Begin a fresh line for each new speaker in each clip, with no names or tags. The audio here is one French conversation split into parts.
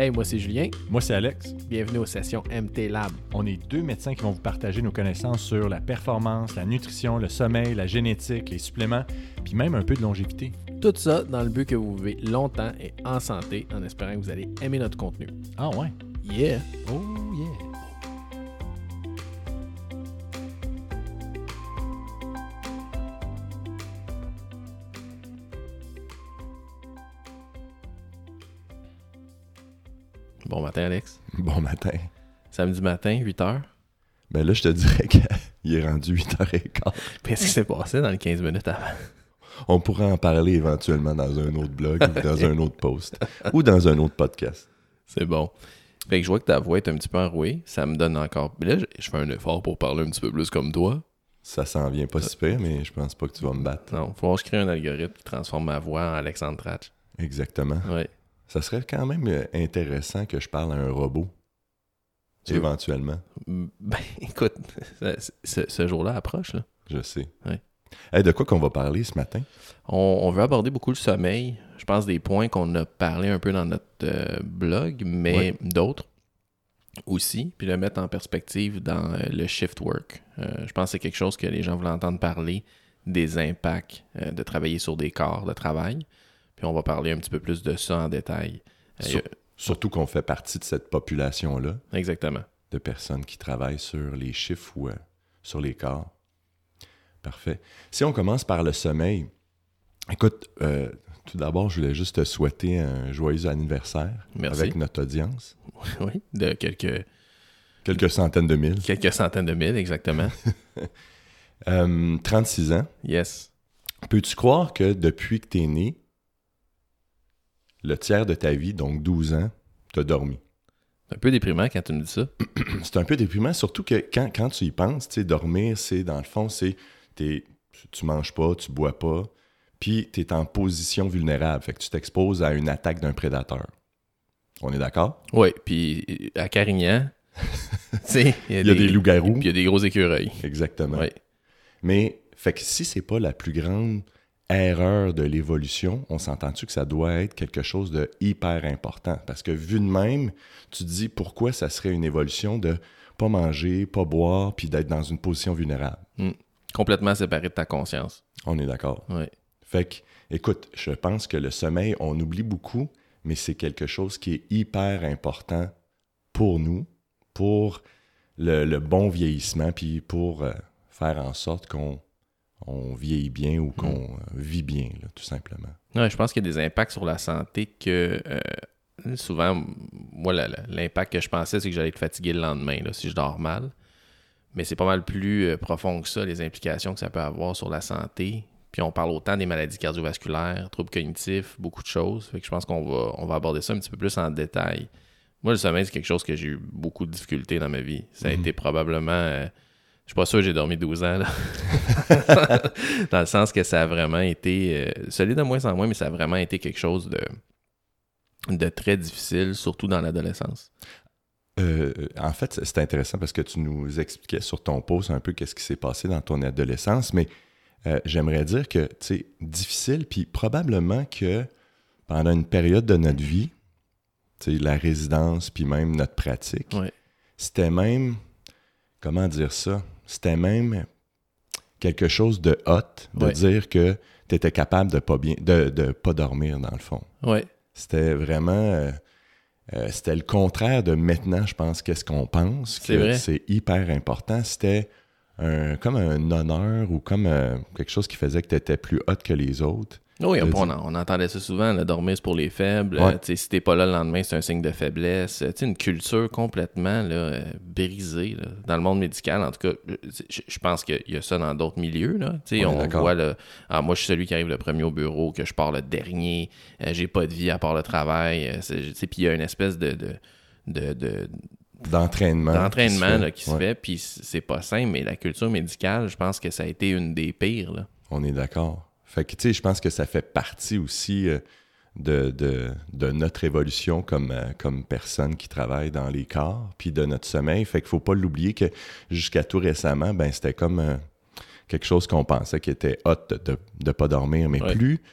Hey, moi c'est Julien.
Moi, c'est Alex.
Bienvenue aux sessions MT Lab.
On est deux médecins qui vont vous partager nos connaissances sur la performance, la nutrition, le sommeil, la génétique, les suppléments, puis même un peu de longévité.
Tout ça dans le but que vous vivez longtemps et en santé, en espérant que vous allez aimer notre contenu.
Ah ouais?
Yeah!
Oh yeah!
Bon matin, Alex.
Bon matin.
Samedi matin, 8h.
Ben là, je te dirais qu'il est rendu 8h15.
Qu'est-ce qui s'est passé dans les 15 minutes avant?
On pourra en parler éventuellement dans un autre blog, ou dans un autre post, ou dans un autre podcast.
C'est bon. Fait que je vois que ta voix est un petit peu enrouée. Ça me donne encore... Mais là, je fais un effort pour parler un petit peu plus comme toi.
Ça s'en vient pas si pire, mais je pense pas que tu vas me battre.
Non, faut que je crée un algorithme qui transforme ma voix en Alexandre Tratch.
Exactement.
Ouais.
Ça serait quand même intéressant que je parle à un robot. Éventuellement.
Ben, écoute, ce jour-là approche, là.
Je sais.
Ouais.
Hey, de quoi qu'on va parler ce matin?
On veut aborder beaucoup le sommeil. Je pense des points qu'on a parlé un peu dans notre blog, mais d'autres aussi, puis le mettre en perspective dans le shift work. Je pense que c'est quelque chose que les gens veulent entendre parler, des impacts de travailler sur des corps de travail. Puis on va parler un petit peu plus de ça en détail.
Surtout qu'on fait partie de cette population-là.
Exactement.
De personnes qui travaillent sur les chiffres ou sur les corps. Parfait. Si on commence par le sommeil, écoute, tout d'abord, je voulais juste te souhaiter un joyeux anniversaire.
Merci.
Avec notre audience.
Oui, de
quelques centaines de mille.
Quelques centaines de mille, exactement.
36 ans.
Yes.
Peux-tu croire que depuis que tu es né, le tiers de ta vie, donc 12 ans, tu as dormi?
C'est un peu déprimant quand tu me dis ça.
C'est un peu déprimant, surtout que quand tu y penses, tu sais, dormir, c'est dans le fond, c'est tu manges pas, tu bois pas, puis tu es en position vulnérable, fait que tu t'exposes à une attaque d'un prédateur. On est d'accord?
Oui, puis à Carignan, tu sais, il
y a des loups-garous.
Puis il y a des gros écureuils.
Exactement.
Oui.
Mais, fait que si c'est pas la plus grande erreur de l'évolution, on s'entend-tu que ça doit être quelque chose de hyper important? Parce que vu de même, tu te dis pourquoi ça serait une évolution de pas manger, pas boire, puis d'être dans une position vulnérable.
Complètement séparé de ta conscience.
On est d'accord.
Oui.
Fait que, écoute, je pense que le sommeil, on oublie beaucoup, mais c'est quelque chose qui est hyper important pour nous, pour le bon vieillissement, puis pour faire en sorte qu'on vieillit bien ou qu'on vit bien, là, tout simplement.
Ouais, je pense qu'il y a des impacts sur la santé que souvent, moi, l'impact que je pensais, c'est que j'allais être fatigué le lendemain là, si je dors mal. Mais c'est pas mal plus profond que ça, les implications que ça peut avoir sur la santé. Puis on parle autant des maladies cardiovasculaires, troubles cognitifs, beaucoup de choses. Fait que je pense qu'on va aborder ça un petit peu plus en détail. Moi, le sommeil, c'est quelque chose que j'ai eu beaucoup de difficultés dans ma vie. Ça a été probablement... je suis pas sûr que j'ai dormi 12 ans, là. Dans le sens que ça a vraiment été... solide de moins en moins, mais ça a vraiment été quelque chose de très difficile, surtout dans l'adolescence.
En fait, c'est intéressant parce que tu nous expliquais sur ton post un peu qu'est-ce qui s'est passé dans ton adolescence, mais j'aimerais dire que, tu sais, difficile, puis probablement que pendant une période de notre vie, tu sais, la résidence, puis même notre pratique, c'était même, comment dire ça, c'était même quelque chose de hot de dire que tu étais capable de pas dormir, dans le fond.
Ouais.
C'était vraiment... c'était le contraire de maintenant, je pense, qu'est-ce qu'on pense, que c'est hyper important. C'était comme un honneur ou comme quelque chose qui faisait que tu étais plus hot que les autres.
Oui, on entendait ça souvent, le dormir c'est pour les faibles. Si t'es pas là le lendemain, c'est un signe de faiblesse. Une culture complètement là, brisée là, dans le monde médical. En tout cas, je pense qu'il y a ça dans d'autres milieux. Là. On voit, moi je suis celui qui arrive le premier au bureau, que je pars le dernier, j'ai pas de vie à part le travail. Puis il y a une espèce
d'entraînement
là, qui se fait, puis c'est pas simple, mais la culture médicale, je pense que ça a été une des pires. Là.
On est d'accord. Fait que, tu sais, je pense que ça fait partie aussi de notre évolution comme personne qui travaille dans les corps, puis de notre sommeil. Fait qu'il faut pas l'oublier que jusqu'à tout récemment, ben c'était comme quelque chose qu'on pensait qui était hot de pas dormir. Mais plus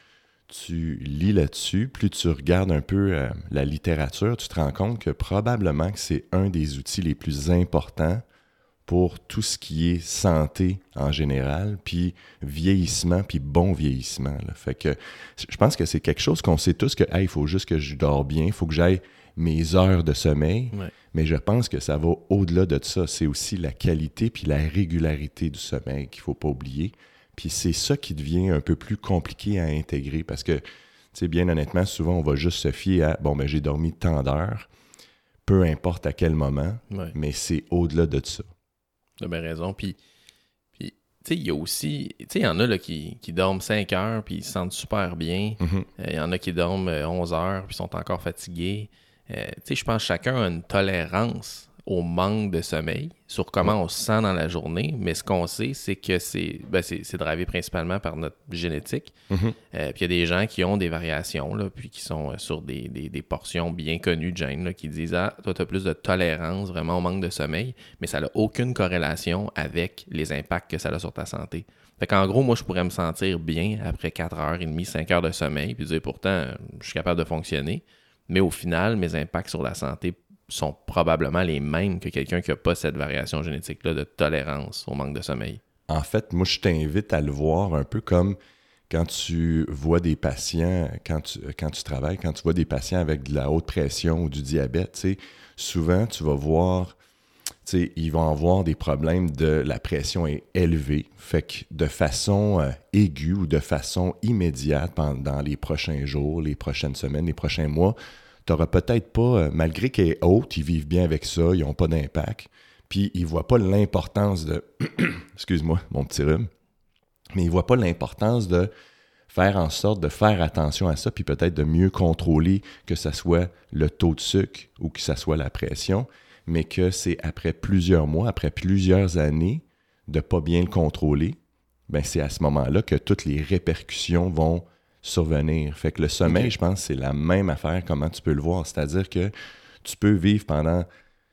tu lis là-dessus, plus tu regardes un peu la littérature, tu te rends compte que probablement que c'est un des outils les plus importants pour tout ce qui est santé en général, puis vieillissement, puis bon vieillissement. Là. Fait que je pense que c'est quelque chose qu'on sait tous que il faut juste que je dors bien, il faut que j'aille mes heures de sommeil, mais je pense que ça va au-delà de ça. C'est aussi la qualité puis la régularité du sommeil qu'il ne faut pas oublier. Puis c'est ça qui devient un peu plus compliqué à intégrer parce que, tu sais, bien honnêtement, souvent, on va juste se fier à « bon, ben j'ai dormi tant d'heures », peu importe à quel moment, mais c'est au-delà de ça.
Tu as bien raison. Puis tu sais, il y a aussi... Tu sais, il y en a là, qui dorment 5 heures puis ils se sentent super bien. Il y en a qui dorment 11 heures puis sont encore fatigués. Tu sais, je pense que chacun a une tolérance au manque de sommeil, sur comment on se sent dans la journée, mais ce qu'on sait, c'est que c'est drivé principalement par notre génétique. Puis il y a des gens qui ont des variations, là, puis qui sont sur des portions bien connues de gènes, là, qui disent « Ah, toi, tu as plus de tolérance vraiment au manque de sommeil », mais ça n'a aucune corrélation avec les impacts que ça a sur ta santé. Fait qu'en gros, moi, je pourrais me sentir bien après 4h30, 5 heures de sommeil, puis dire pourtant, je suis capable de fonctionner, mais au final, mes impacts sur la santé sont probablement les mêmes que quelqu'un qui n'a pas cette variation génétique-là de tolérance au manque de sommeil.
En fait, moi, je t'invite à le voir un peu comme quand tu vois des patients, quand tu travailles, quand tu vois des patients avec de la haute pression ou du diabète, tu sais, souvent, tu vas voir, tu sais, ils vont avoir des problèmes de la pression est élevée. Fait que de façon aiguë ou de façon immédiate dans les prochains jours, les prochaines semaines, les prochains mois, tu n'auras peut-être pas, malgré qu'elle est haute, ils vivent bien avec ça, ils n'ont pas d'impact, puis ils ne voient pas l'importance de... Excuse-moi, mon petit rhume. Mais ils ne voient pas l'importance de faire en sorte de faire attention à ça, puis peut-être de mieux contrôler que ce soit le taux de sucre ou que ce soit la pression, mais que c'est après plusieurs mois, après plusieurs années de ne pas bien le contrôler, ben c'est à ce moment-là que toutes les répercussions vont survenir. Fait que le sommeil, je pense, c'est la même affaire, comment tu peux le voir. C'est-à-dire que tu peux vivre pendant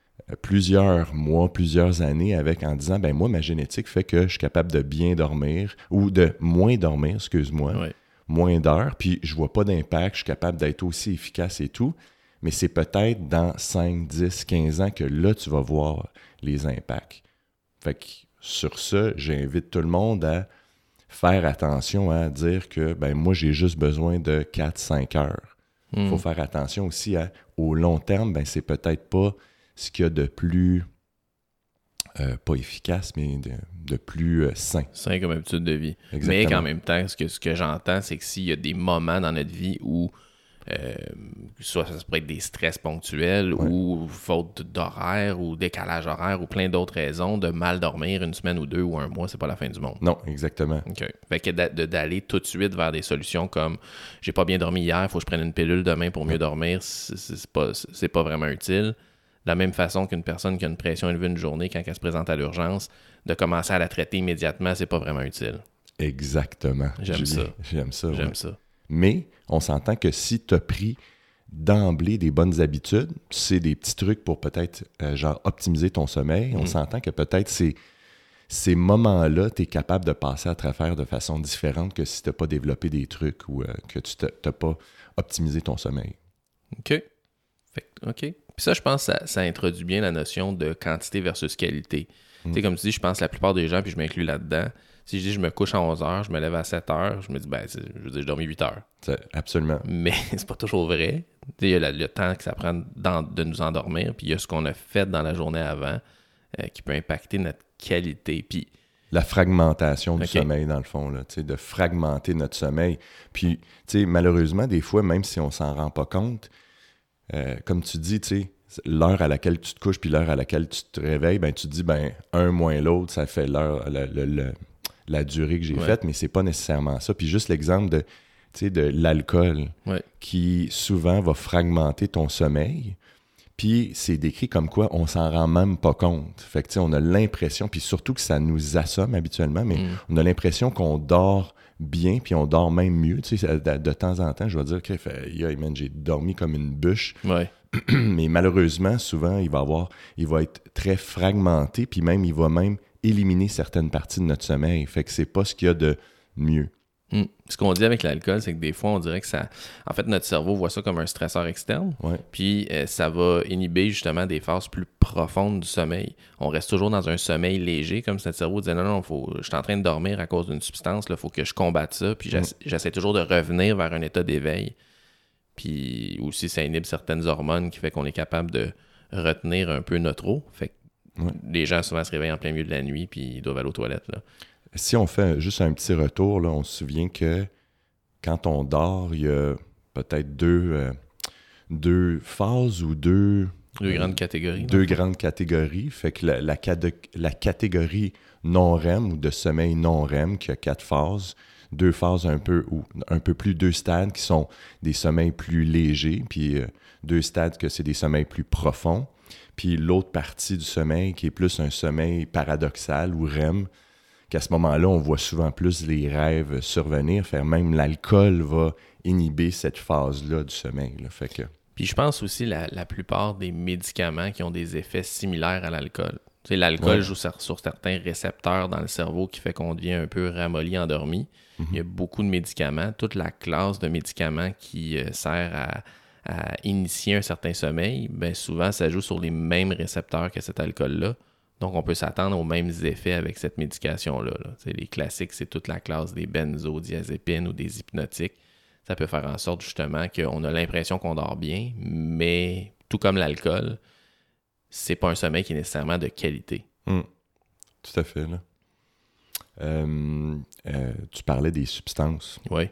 plusieurs mois, plusieurs années en disant, ben moi, ma génétique fait que je suis capable de bien dormir ou de moins dormir, excuse-moi, moins d'heures, puis je vois pas d'impact, je suis capable d'être aussi efficace et tout, mais c'est peut-être dans 5, 10, 15 ans que là, tu vas voir les impacts. Fait que sur ça, j'invite tout le monde à faire attention à dire que ben moi, j'ai juste besoin de 4-5 heures. Il faut faire attention aussi au long terme, ben c'est peut-être pas ce qu'il y a de plus, pas efficace, mais de plus sain.
Sain comme habitude de vie.
Exactement.
Mais qu'en même temps, ce que j'entends, c'est que s'il y a des moments dans notre vie où soit ça pourrait être des stress ponctuels ou faute d'horaire ou décalage horaire ou plein d'autres raisons de mal dormir une semaine ou 2 ou un mois, c'est pas la fin du monde.
Non, exactement.
OK. Fait que d'aller tout de suite vers des solutions comme j'ai pas bien dormi hier, il faut que je prenne une pilule demain pour mieux dormir, c'est pas vraiment utile. De la même façon qu'une personne qui a une pression élevée une journée, quand elle se présente à l'urgence, de commencer à la traiter immédiatement, c'est pas vraiment utile.
Exactement.
J'aime ça.
J'aime ça.
J'aime ça.
Mais on s'entend que si tu as pris d'emblée des bonnes habitudes, c'est des petits trucs pour peut-être genre optimiser ton sommeil, on s'entend que peut-être ces moments-là, tu es capable de passer à travers de façon différente que si tu n'as pas développé des trucs ou que tu n'as pas optimisé ton sommeil.
OK. OK. Puis ça, je pense que ça introduit bien la notion de quantité versus qualité. Tu sais, comme tu dis, je pense que la plupart des gens, puis je m'inclus là-dedans, si je dis je me couche à 11 heures, je me lève à 7 heures, je me dis, je dormi 8 heures.
Absolument.
Mais c'est pas toujours vrai. Il y a le temps que ça prend de nous endormir, puis il y a ce qu'on a fait dans la journée avant qui peut impacter notre qualité. Puis
la fragmentation du sommeil, dans le fond, là, de fragmenter notre sommeil. Puis, malheureusement, des fois, même si on s'en rend pas compte, comme tu dis, l'heure à laquelle tu te couches puis l'heure à laquelle tu te réveilles, ben tu te dis, un moins l'autre, ça fait la durée que j'ai faite, mais c'est pas nécessairement ça. Puis juste l'exemple de l'alcool qui souvent va fragmenter ton sommeil, puis c'est décrit comme quoi on s'en rend même pas compte. Fait que on a l'impression, puis surtout que ça nous assomme habituellement, mais on a l'impression qu'on dort bien, puis on dort même mieux. De temps en temps, je vais dire que j'ai dormi comme une bûche.
Ouais.
Mais malheureusement, souvent, il va être très fragmenté, puis même il va même éliminer certaines parties de notre sommeil. Fait que c'est pas ce qu'il y a de mieux.
Ce qu'on dit avec l'alcool, c'est que des fois, on dirait que ça... En fait, notre cerveau voit ça comme un stresseur externe, puis ça va inhiber justement des phases plus profondes du sommeil. On reste toujours dans un sommeil léger, comme si notre cerveau disait « Non, je suis en train de dormir à cause d'une substance, il faut que je combatte ça. » Puis j'essaie toujours de revenir vers un état d'éveil. Puis aussi, ça inhibe certaines hormones qui fait qu'on est capable de retenir un peu notre eau. Fait que les gens souvent se réveillent en plein milieu de la nuit, puis ils doivent aller aux toilettes, là.
Si on fait juste un petit retour, là, on se souvient que quand on dort, il y a peut-être deux phases ou deux
grandes catégories.
Deux grandes catégories. Fait que la catégorie non-REM ou de sommeil non-REM, qui a 4 phases, 2 phases un peu plus 2 stades qui sont des sommeils plus légers, puis 2 stades que c'est des sommeils plus profonds. Puis l'autre partie du sommeil qui est plus un sommeil paradoxal ou REM, qu'à ce moment-là, on voit souvent plus les rêves survenir. Même l'alcool va inhiber cette phase-là du sommeil. Là. Fait que...
Puis je pense aussi la plupart des médicaments qui ont des effets similaires à l'alcool. Tu sais, l'alcool joue sur certains récepteurs dans le cerveau qui fait qu'on devient un peu ramolli, endormi. Il y a beaucoup de médicaments, toute la classe de médicaments qui sert à initier un certain sommeil, bien souvent ça joue sur les mêmes récepteurs que cet alcool-là. Donc, on peut s'attendre aux mêmes effets avec cette médication-là. Là. Les classiques, c'est toute la classe des benzodiazépines ou des hypnotiques. Ça peut faire en sorte, justement, qu'on a l'impression qu'on dort bien, mais tout comme l'alcool, c'est pas un sommeil qui est nécessairement de qualité.
Tout à fait, là. Tu parlais des substances.
Oui.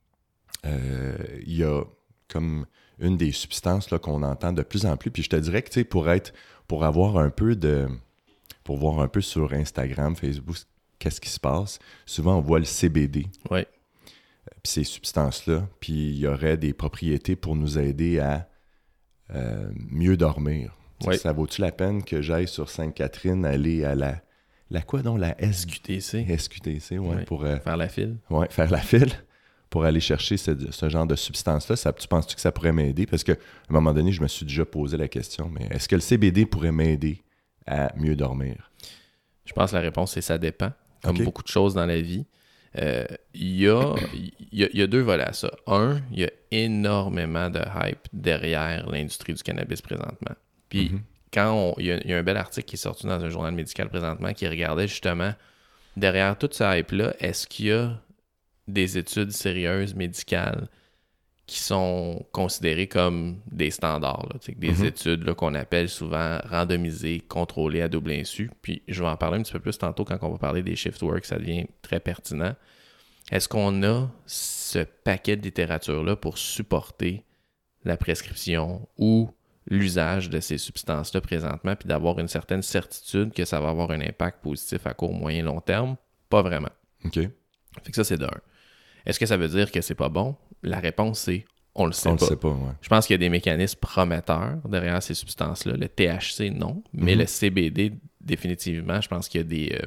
Il y a comme une des substances là, qu'on entend de plus en plus, puis je te dirais que, pour avoir un peu de... Pour voir un peu sur Instagram, Facebook, qu'est-ce qui se passe. Souvent, on voit le CBD.
Oui.
Puis ces substances-là. Puis il y aurait des propriétés pour nous aider à mieux dormir.
Oui.
Ça vaut-tu la peine que j'aille sur Sainte-Catherine aller à la quoi donc? La
SQTC.
SQTC, oui. Pour
faire la file.
Oui, faire la file pour aller chercher ce genre de substance-là. Tu penses-tu que ça pourrait m'aider? Parce qu'à un moment donné, je me suis déjà posé la question, mais est-ce que le CBD pourrait m'aider à mieux dormir?
Je pense que la réponse, c'est ça dépend. Comme beaucoup de choses dans la vie. Il y a 2 volets à ça. Un, il y a énormément de hype derrière l'industrie du cannabis présentement. Puis quand il y a un bel article qui est sorti dans un journal médical présentement qui regardait justement derrière toute ce hype-là, est-ce qu'il y a des études sérieuses médicales qui sont considérées comme des standards, là, des études là, qu'on appelle souvent randomisées, contrôlées à double insu. Puis je vais en parler un petit peu plus tantôt quand on va parler des shift work, ça devient très pertinent. Est-ce qu'on a ce paquet de littérature-là pour supporter la prescription ou l'usage de ces substances-là présentement, puis d'avoir une certaine certitude que ça va avoir un impact positif à court, moyen, long terme? Pas vraiment.
OK.
Fait que ça, c'est d'un. Est-ce que ça veut dire que c'est pas bon? La réponse, c'est on le sait pas.
On le sait pas, ouais.
Je pense qu'il y a des mécanismes prometteurs derrière ces substances-là. Le THC, non. Mais le CBD, définitivement, je pense qu'il y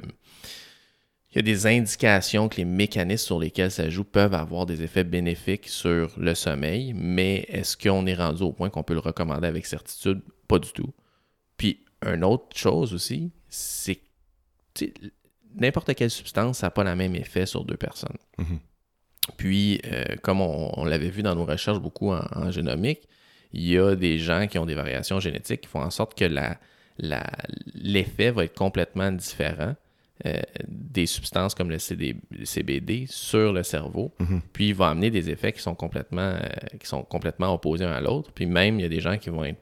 a des indications que les mécanismes sur lesquels ça joue peuvent avoir des effets bénéfiques sur le sommeil. Mais est-ce qu'on est rendu au point qu'on peut le recommander avec certitude? Pas du tout. Puis, une autre chose aussi, c'est que n'importe quelle substance, ça n'a pas le même effet sur 2 personnes. Puis, comme on l'avait vu dans nos recherches beaucoup en génomique, il y a des gens qui ont des variations génétiques qui font en sorte que l'effet va être complètement différent des substances comme le CBD sur le cerveau. Puis, il va amener des effets qui sont complètement opposés un à l'autre. Puis même, il y a des gens qui vont être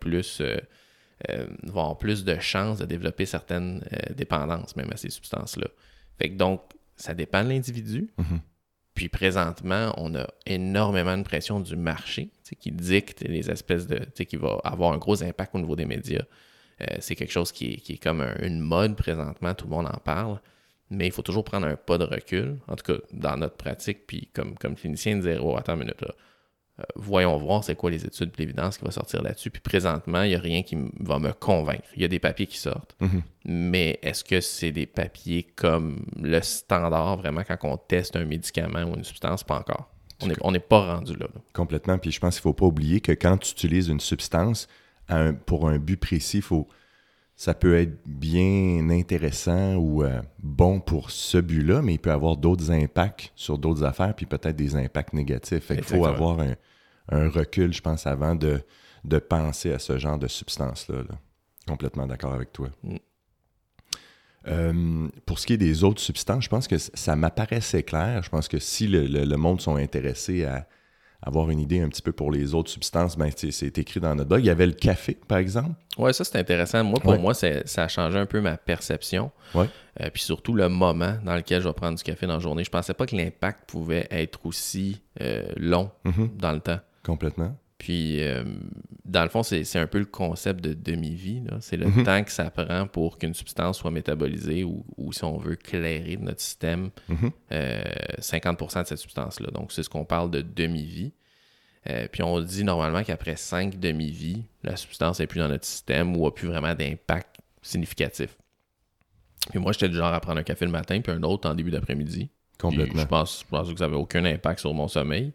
vont avoir plus de chances de développer certaines dépendances même à ces substances-là. Fait que donc, ça dépend de l'individu. Puis présentement, on a énormément de pression du marché qui dicte les espèces de... qui va avoir un gros impact au niveau des médias. C'est quelque chose qui est comme une mode présentement, tout le monde en parle, mais il faut toujours prendre un pas de recul, en tout cas dans notre pratique, puis comme clinicien, de dire « Oh, attends une minute, là. Voyons voir c'est quoi les études et l'évidence qui va sortir là-dessus. » Puis présentement, il n'y a rien qui va me convaincre. Il y a des papiers qui sortent, mais est-ce que c'est des papiers comme le standard, vraiment, quand on teste un médicament ou une substance? Pas encore. On n'est pas rendu là.
Complètement. Puis je pense qu'il ne faut pas oublier que quand tu utilises une substance pour un but précis, ça peut être bien intéressant ou bon pour ce but-là, mais il peut avoir d'autres impacts sur d'autres affaires, puis peut-être des impacts négatifs. Fait qu'il faut avoir un recul, je pense, avant de penser à ce genre de substance-là. Là. Complètement d'accord avec toi. Pour ce qui est des autres substances, je pense que ça m'apparaissait clair. Je pense que si le monde sont intéressés à avoir une idée un petit peu pour les autres substances, ben c'est écrit dans notre blog. Il y avait le café, par exemple.
Oui, ça, c'est intéressant. Moi, pour moi, ça a changé un peu ma perception.
Ouais.
Puis surtout le moment dans lequel je vais prendre du café dans la journée. Je pensais pas que l'impact pouvait être aussi long dans le temps.
Complètement.
Puis, dans le fond, c'est un peu le concept de demi-vie. Là. C'est le temps que ça prend pour qu'une substance soit métabolisée ou si on veut clairer notre système 50% de cette substance-là. Donc, c'est ce qu'on parle de demi-vie. Puis, on dit normalement qu'après 5 demi-vies, la substance n'est plus dans notre système ou n'a plus vraiment d'impact significatif. Puis moi, j'étais du genre à prendre un café le matin puis un autre en début d'après-midi.
Complètement.
Puis je pense que ça n'avait aucun impact sur mon sommeil.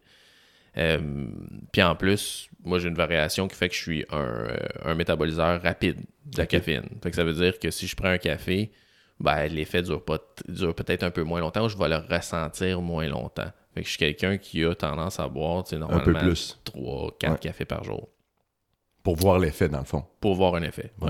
Puis en plus, moi j'ai une variation qui fait que je suis un métaboliseur rapide de la caféine. Fait que ça veut dire que si je prends un café, ben l'effet dure peut-être un peu moins longtemps ou je vais le ressentir moins longtemps. Fait que je suis quelqu'un qui a tendance à boire normalement
un peu plus.
3-4 cafés par jour.
Pour voir l'effet, dans le fond.
Pour voir un effet, oui.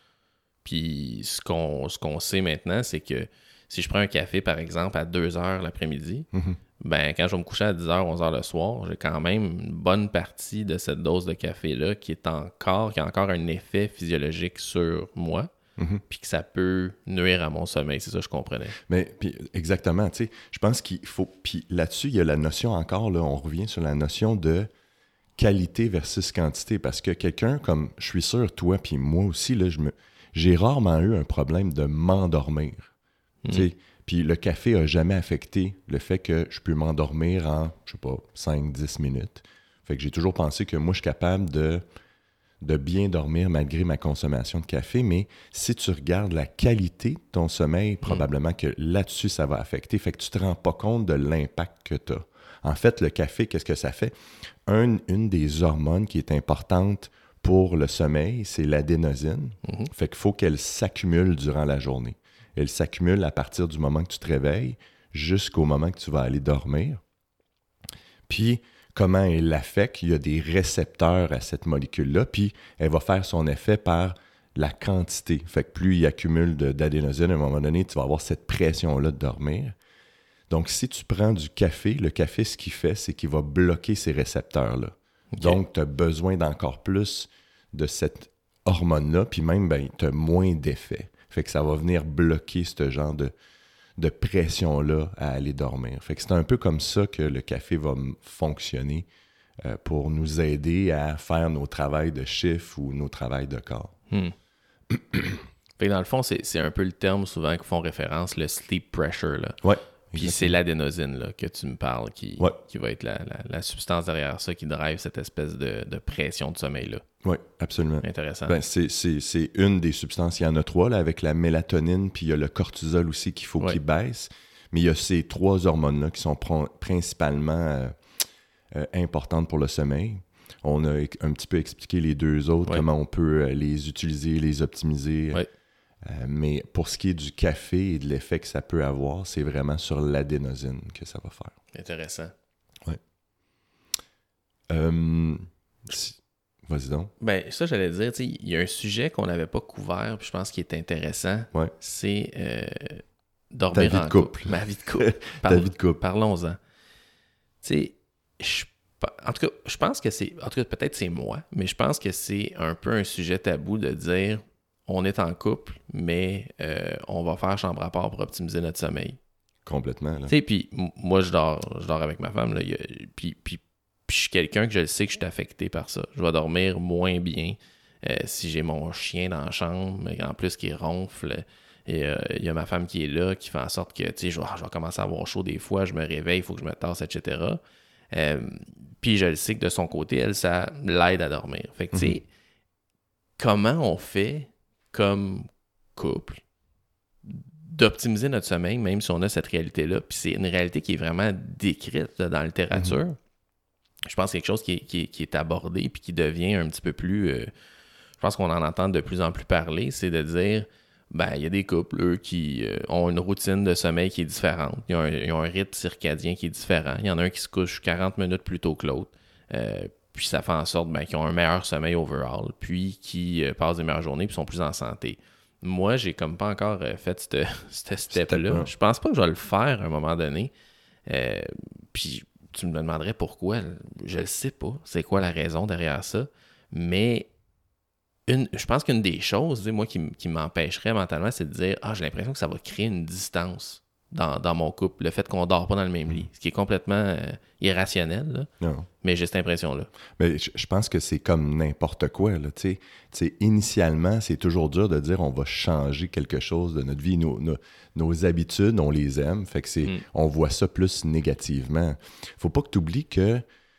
Puis ce qu'on sait maintenant, c'est que si je prends un café, par exemple, à 2h l'après-midi, ben quand je vais me coucher à 10h, 11h le soir, j'ai quand même une bonne partie de cette dose de café-là qui a encore un effet physiologique sur moi, puis que ça peut nuire à mon sommeil. C'est ça que je comprenais.
Mais puis, exactement, tu sais, je pense qu'il faut... Puis là-dessus, il y a la notion encore, là, on revient sur la notion de qualité versus quantité, parce que quelqu'un comme, je suis sûr, toi, puis moi aussi, là, j'ai rarement eu un problème de m'endormir. Tu sais, puis le café n'a jamais affecté le fait que je peux m'endormir en, je sais pas, 5-10 minutes. Fait que j'ai toujours pensé que moi, je suis capable de bien dormir malgré ma consommation de café, mais si tu regardes la qualité de ton sommeil, probablement que là-dessus, ça va affecter. Fait que tu te rends pas compte de l'impact que tu as. En fait, le café, qu'est-ce que ça fait? Une des hormones qui est importante pour le sommeil, c'est l'adénosine. Fait qu'il faut qu'elle s'accumule durant la journée. Elle s'accumule à partir du moment que tu te réveilles jusqu'au moment que tu vas aller dormir. Puis, comment elle l'affecte? Il y a des récepteurs à cette molécule-là, puis elle va faire son effet par la quantité. Fait que plus il accumule d'adénosine, à un moment donné, tu vas avoir cette pression-là de dormir. Donc, si tu prends du café, le café, ce qu'il fait, c'est qu'il va bloquer ces récepteurs-là. Okay. Donc, tu as besoin d'encore plus de cette hormone-là, puis même, ben, tu as moins d'effet. Fait que ça va venir bloquer ce genre de pression-là à aller dormir. Fait que c'est un peu comme ça que le café va fonctionner pour nous aider à faire nos travails de chiffre ou nos travails de corps.
Fait que dans le fond, c'est un peu le terme souvent qui font référence, le sleep pressure. Là.
Ouais.
Puis c'est l'adénosine là, que tu me parles qui va être la substance derrière ça qui drive cette espèce de pression de sommeil-là.
Oui, absolument.
Intéressant.
Ben, c'est une des substances. Il y en a 3 là, avec la mélatonine, puis il y a le cortisol aussi qu'il faut qu'il baisse. Mais il y a ces 3 hormones-là qui sont principalement importantes pour le sommeil. On a un petit peu expliqué les 2 autres, comment on peut les utiliser, les optimiser.
Ouais.
Mais pour ce qui est du café et de l'effet que ça peut avoir, c'est vraiment sur l'adénosine que ça va faire.
Intéressant.
Oui. Vas-y donc.
Ben, ça, j'allais dire, il y a un sujet qu'on n'avait pas couvert, puis je pense qu'il est intéressant.
Ouais.
C'est dormir
Ta vie
en
de couple.
Ma vie de couple.
Ta vie de couple.
Parlons-en. Tu sais, en tout cas, je pense que c'est... En tout cas, peut-être c'est moi, mais je pense que c'est un peu un sujet tabou de dire on est en couple, mais on va faire chambre à part pour optimiser notre sommeil.
Complètement.
Tu sais, puis moi, je dors avec ma femme, là, puis je suis quelqu'un que je sais que je suis affecté par ça. Je vais dormir moins bien si j'ai mon chien dans la chambre, mais en plus qui ronfle. Et il y a ma femme qui est là, qui fait en sorte que je vais commencer à avoir chaud des fois, je me réveille, il faut que je me tasse, etc. Puis je le sais que de son côté, elle, ça l'aide à dormir. Fait que tu sais, comment on fait comme couple d'optimiser notre sommeil, même si on a cette réalité-là, puis c'est une réalité qui est vraiment décrite là, dans la littérature. Je pense que c'est quelque chose qui est abordé puis qui devient un petit peu plus je pense qu'on en entend de plus en plus parler, c'est de dire, ben, il y a des couples, eux, qui ont une routine de sommeil qui est différente. Ils ont un rythme circadien qui est différent. Il y en a un qui se couche 40 minutes plus tôt que l'autre. Puis ça fait en sorte qu'ils ont un meilleur sommeil overall, puis qui passent des meilleures journées, puis sont plus en santé. Moi, j'ai comme pas encore fait ce step-là. Je pense pas que je vais le faire à un moment donné. Puis tu me demanderais pourquoi. Je le sais pas. C'est quoi la raison derrière ça? Mais je pense qu'une des choses, moi, qui m'empêcherait mentalement, c'est de dire « Ah, j'ai l'impression que ça va créer une distance dans mon couple. Le fait qu'on dort pas dans le même lit. » Ce qui est complètement irrationnel, là.
Non.
Mais j'ai cette impression-là.
Mais je pense que c'est comme n'importe quoi, là, tu sais. Initialement, c'est toujours dur de dire on va changer quelque chose de notre vie. Nos habitudes, on les aime. Fait que on voit ça plus négativement. Faut pas que tu oublies que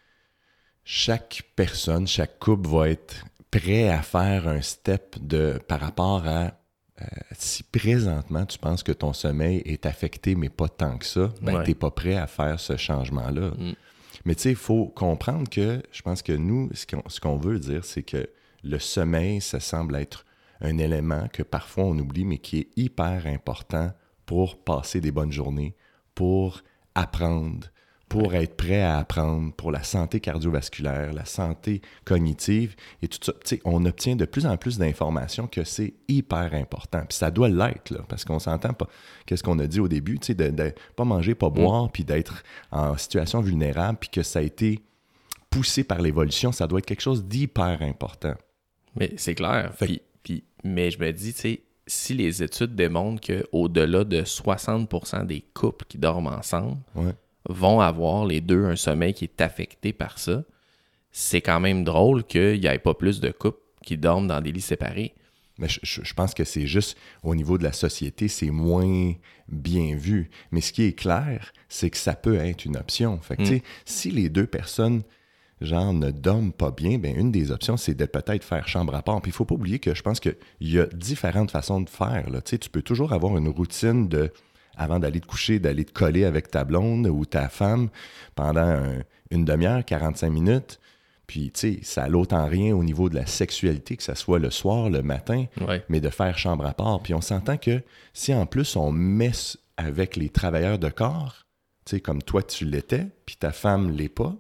chaque personne, chaque couple va être prêt à faire un step par rapport à si présentement tu penses que ton sommeil est affecté, mais pas tant que ça, ben t'es pas prêt à faire ce changement-là. Mais tu sais, il faut comprendre que je pense que nous, ce qu'on veut dire, c'est que le sommeil, ça semble être un élément que parfois on oublie, mais qui est hyper important pour passer des bonnes journées, pour apprendre, pour être prêt à apprendre, pour la santé cardiovasculaire, la santé cognitive et tout ça. Tu sais, on obtient de plus en plus d'informations que c'est hyper important. Puis ça doit l'être, là, parce qu'on s'entend pas. Qu'est-ce qu'on a dit au début, tu sais, de pas manger, pas boire, puis d'être en situation vulnérable, puis que ça a été poussé par l'évolution, ça doit être quelque chose d'hyper important.
Mais c'est clair. Mais je me dis, tu sais, si les études démontrent qu'au-delà de 60% des couples qui dorment ensemble vont avoir les deux un sommeil qui est affecté par ça, c'est quand même drôle qu'il n'y ait pas plus de couples qui dorment dans des lits séparés.
Mais je pense que c'est juste, au niveau de la société, c'est moins bien vu. Mais ce qui est clair, c'est que ça peut être une option. Fait que, tu sais, si les deux personnes, genre, ne dorment pas bien, ben une des options, c'est de peut-être faire chambre à part. Puis il ne faut pas oublier que je pense qu'il y a différentes façons de faire, là. Tu sais, tu peux toujours avoir une routine avant d'aller te coucher, d'aller te coller avec ta blonde ou ta femme pendant une demi-heure, 45 minutes. Puis, tu sais, ça l'ôte en rien au niveau de la sexualité, que ça soit le soir, le matin, mais de faire chambre à part. Puis on s'entend que si en plus on met avec les travailleurs de corps, tu sais, comme toi tu l'étais, puis ta femme l'est pas,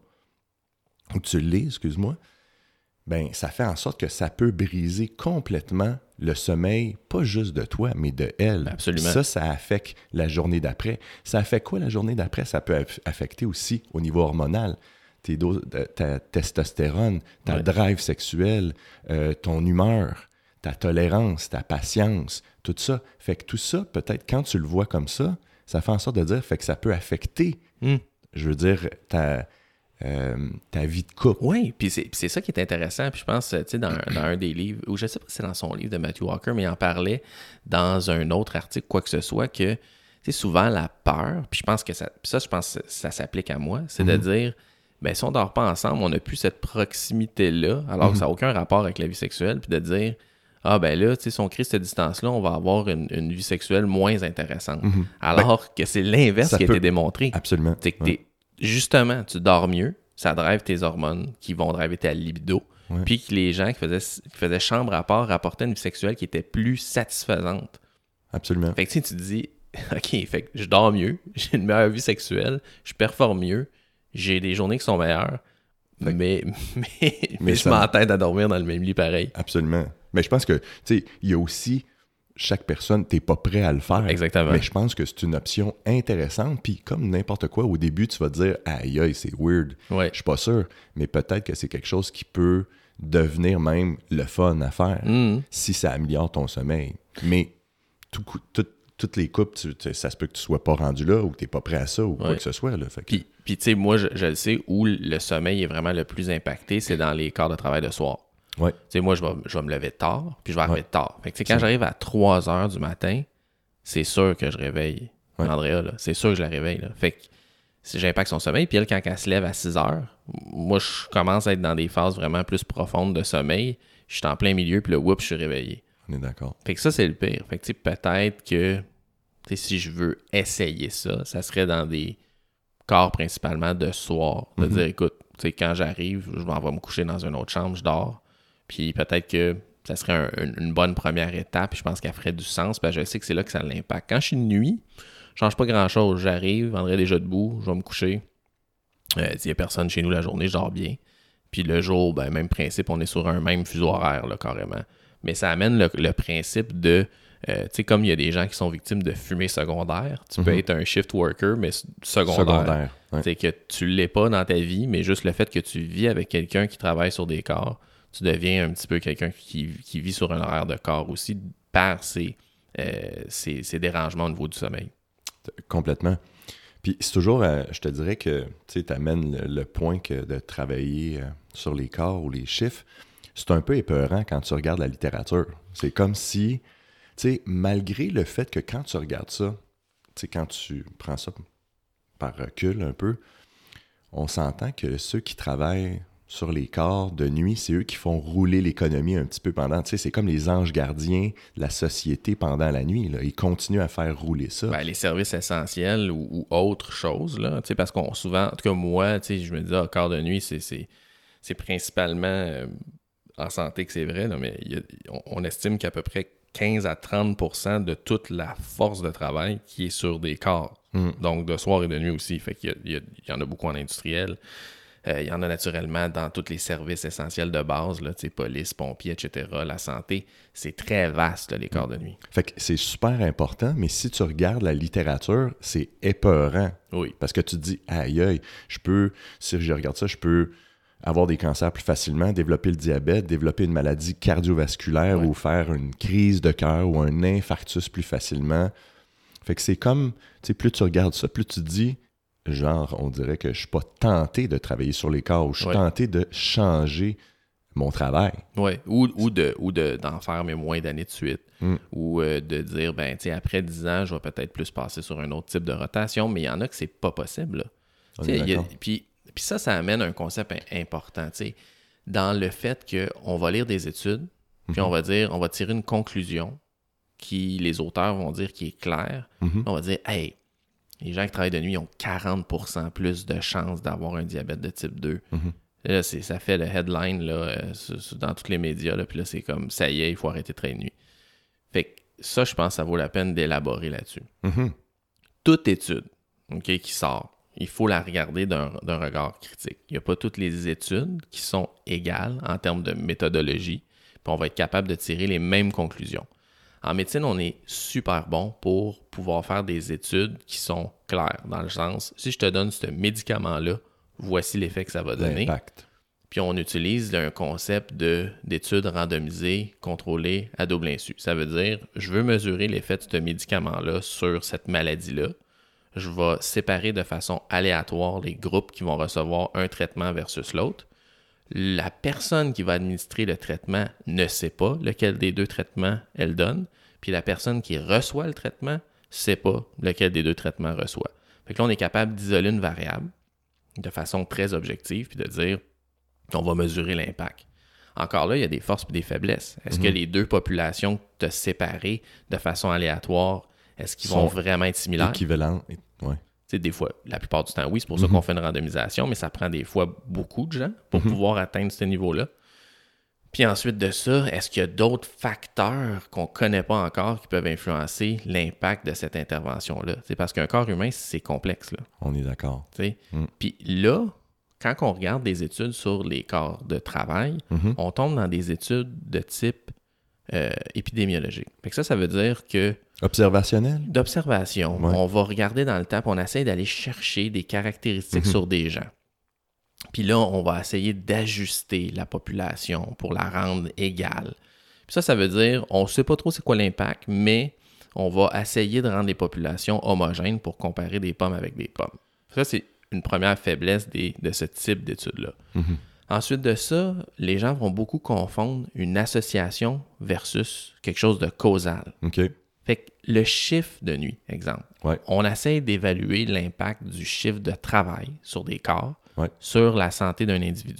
ou tu l'es, excuse-moi, ben ça fait en sorte que ça peut briser complètement le sommeil, pas juste de toi, mais de elle.
Absolument.
Ça affecte la journée d'après. Ça affecte quoi la journée d'après? Ça peut affecter aussi au niveau hormonal. Ta testostérone, ta drive sexuelle, ton humeur, ta tolérance, ta patience, tout ça. Fait que tout ça, peut-être quand tu le vois comme ça fait en sorte de dire fait que ça peut affecter, je veux dire, ta vie de couple.
Oui, puis c'est ça qui est intéressant. Puis je pense, tu sais, dans un des livres, ou je sais pas si c'est dans son livre de Matthew Walker, mais il en parlait dans un autre article, quoi que ce soit, que, tu sais, souvent la peur, puis je pense que je pense que ça s'applique à moi, c'est de dire, ben si on dort pas ensemble, on n'a plus cette proximité-là, alors que ça n'a aucun rapport avec la vie sexuelle, puis de dire, ah ben là, tu sais, si on crée cette distance-là, on va avoir une vie sexuelle moins intéressante. Alors que c'est l'inverse qui a été démontré.
Absolument.
C'est que justement, tu dors mieux, ça drive tes hormones qui vont driver ta libido, puis que les gens qui faisaient chambre à part rapportaient une vie sexuelle qui était plus satisfaisante.
Absolument.
Fait que tu sais, tu te dis, OK, fait que je dors mieux, j'ai une meilleure vie sexuelle, je performe mieux, j'ai des journées qui sont meilleures, mais je m'entête à dormir dans le même lit pareil.
Absolument. Mais je pense que, tu sais, il y a aussi chaque personne, t'es pas prêt à le faire.
Exactement.
Mais je pense que c'est une option intéressante. Puis comme n'importe quoi, au début, tu vas te dire « Aïe, aïe, c'est weird. Je suis pas sûr. » Mais peut-être que c'est quelque chose qui peut devenir même le fun à faire si ça améliore ton sommeil. Mais toutes les couples, ça se peut que tu sois pas rendu là ou que t'es pas prêt à ça ou quoi que ce soit. Là.
Puis tu sais, moi, je le sais, où le sommeil est vraiment le plus impacté, c'est dans les quarts de travail de soir. Tu sais, moi, je vais me lever tard, puis je vais arriver tard. Fait que, quand j'arrive à 3 heures du matin, c'est sûr que je réveille Andrea, là. C'est sûr que je la réveille, là. Fait que si j'impacte son sommeil, puis elle, quand elle se lève à 6 heures, moi, je commence à être dans des phases vraiment plus profondes de sommeil. Je suis en plein milieu, puis là, whoop, je suis réveillé.
On est d'accord.
Fait que ça, c'est le pire. Fait que, tu sais, peut-être que, tu sais, si je veux essayer ça, ça serait dans des quarts principalement de soir. De dire, écoute, tu sais, quand j'arrive, je m'en vais me coucher dans une autre chambre, je dors. Puis peut-être que ça serait une bonne première étape. Je pense qu'elle ferait du sens, parce que je sais que c'est là que ça l'impacte. Quand je suis de nuit, je change pas grand-chose. J'arrive, vendrai déjà debout, je vais me coucher. S'il n'y a personne chez nous la journée, je dors bien. Puis le jour, ben, même principe, on est sur un même fuseau horaire, là, carrément. Mais ça amène le principe de... tu sais, comme il y a des gens qui sont victimes de fumée secondaire, tu peux être un shift worker, mais secondaire.
Ouais.
C'est que tu l'es pas dans ta vie, mais juste le fait que tu vis avec quelqu'un qui travaille sur des corps, tu deviens un petit peu quelqu'un qui vit sur un horaire de corps aussi par ses dérangements au niveau du sommeil.
Complètement. Puis c'est toujours, je te dirais que tu amènes le point que de travailler sur les corps ou les chiffres, c'est un peu épeurant quand tu regardes la littérature. C'est comme si, tu sais, malgré le fait que quand tu regardes ça, tu sais, quand tu prends ça par recul un peu, on s'entend que ceux qui travaillent sur les corps de nuit, c'est eux qui font rouler l'économie un petit peu pendant, tu sais, c'est comme les anges gardiens de la société pendant la nuit, là. Ils continuent à faire rouler ça.
Ben, les services essentiels ou autre chose, là, tu sais, parce qu'on souvent, en tout cas moi, tu sais, je me dis, corps de nuit, c'est principalement en santé que c'est vrai, là, mais on estime qu'à peu près 15 à 30% de toute la force de travail qui est sur des corps. Donc, de soir et de nuit aussi. Fait qu'il y en a beaucoup en industriel. Il y en a naturellement dans tous les services essentiels de base, là, police, pompiers, etc. La santé, c'est très vaste, là, les corps de nuit.
Fait que c'est super important, mais si tu regardes la littérature, c'est épeurant.
Oui.
Parce que tu te dis, aïe, si je regarde ça, je peux avoir des cancers plus facilement, développer le diabète, développer une maladie cardiovasculaire ou faire une crise de cœur ou un infarctus plus facilement. Fait que c'est comme, tu sais, plus tu regardes ça, plus tu te dis, genre, on dirait que je suis pas tenté de travailler sur les corps ou je suis tenté de changer mon travail.
Oui, ou d'en faire mais moins d'années de suite. Ou de dire, ben, tu sais, après 10 ans, je vais peut-être plus passer sur un autre type de rotation, mais il y en a que c'est pas possible, là. Puis ça amène un concept important, tu sais, dans le fait qu'on va lire des études, puis on va tirer une conclusion qui, les auteurs vont dire, qui est claire. On va dire, hey, les gens qui travaillent de nuit ont 40% plus de chances d'avoir un diabète de type 2. Là, ça fait le headline là, dans tous les médias, là, puis là, c'est comme, ça y est, il faut arrêter de travailler de nuit. Fait que ça, je pense que ça vaut la peine d'élaborer là-dessus. Toute étude qui sort, il faut la regarder d'un regard critique. Il n'y a pas toutes les études qui sont égales en termes de méthodologie, puis on va être capable de tirer les mêmes conclusions. En médecine, on est super bon pour pouvoir faire des études qui sont claires, dans le sens, si je te donne ce médicament-là, voici l'effet que ça va donner.
L'impact.
Puis on utilise un concept d'études randomisées, contrôlées à double insu. Ça veut dire, je veux mesurer l'effet de ce médicament-là sur cette maladie-là. Je vais séparer de façon aléatoire les groupes qui vont recevoir un traitement versus l'autre. La personne qui va administrer le traitement ne sait pas lequel des deux traitements elle donne, puis la personne qui reçoit le traitement ne sait pas lequel des deux traitements reçoit. Fait que là, on est capable d'isoler une variable de façon très objective, puis de dire qu'on va mesurer l'impact. Encore là, il y a des forces et des faiblesses. Est-ce que les deux populations que tu as séparées de façon aléatoire, est-ce qu'ils vont vraiment être similaires?
Équivalents, ouais.
T'sais, des fois, la plupart du temps, oui, c'est pour ça qu'on fait une randomisation, mais ça prend des fois beaucoup de gens pour pouvoir atteindre ce niveau-là. Puis ensuite de ça, est-ce qu'il y a d'autres facteurs qu'on ne connaît pas encore qui peuvent influencer l'impact de cette intervention-là? C'est parce qu'un corps humain, c'est complexe, là.
On est d'accord.
Puis là, quand on regarde des études sur les corps de travail, on tombe dans des études de type épidémiologique. Fait que ça veut dire que
observationnel?
D'observation. Ouais. On va regarder dans le temps, puis on essaie d'aller chercher des caractéristiques sur des gens. Puis là, on va essayer d'ajuster la population pour la rendre égale. Puis ça veut dire, on ne sait pas trop c'est quoi l'impact, mais on va essayer de rendre les populations homogènes pour comparer des pommes avec des pommes. Ça, c'est une première faiblesse de ce type d'études-là. Ensuite de ça, les gens vont beaucoup confondre une association versus quelque chose de causal.
OK.
Fait que le chiffre de nuit, exemple, on essaie d'évaluer l'impact du chiffre de travail sur des corps, sur la santé d'un individu.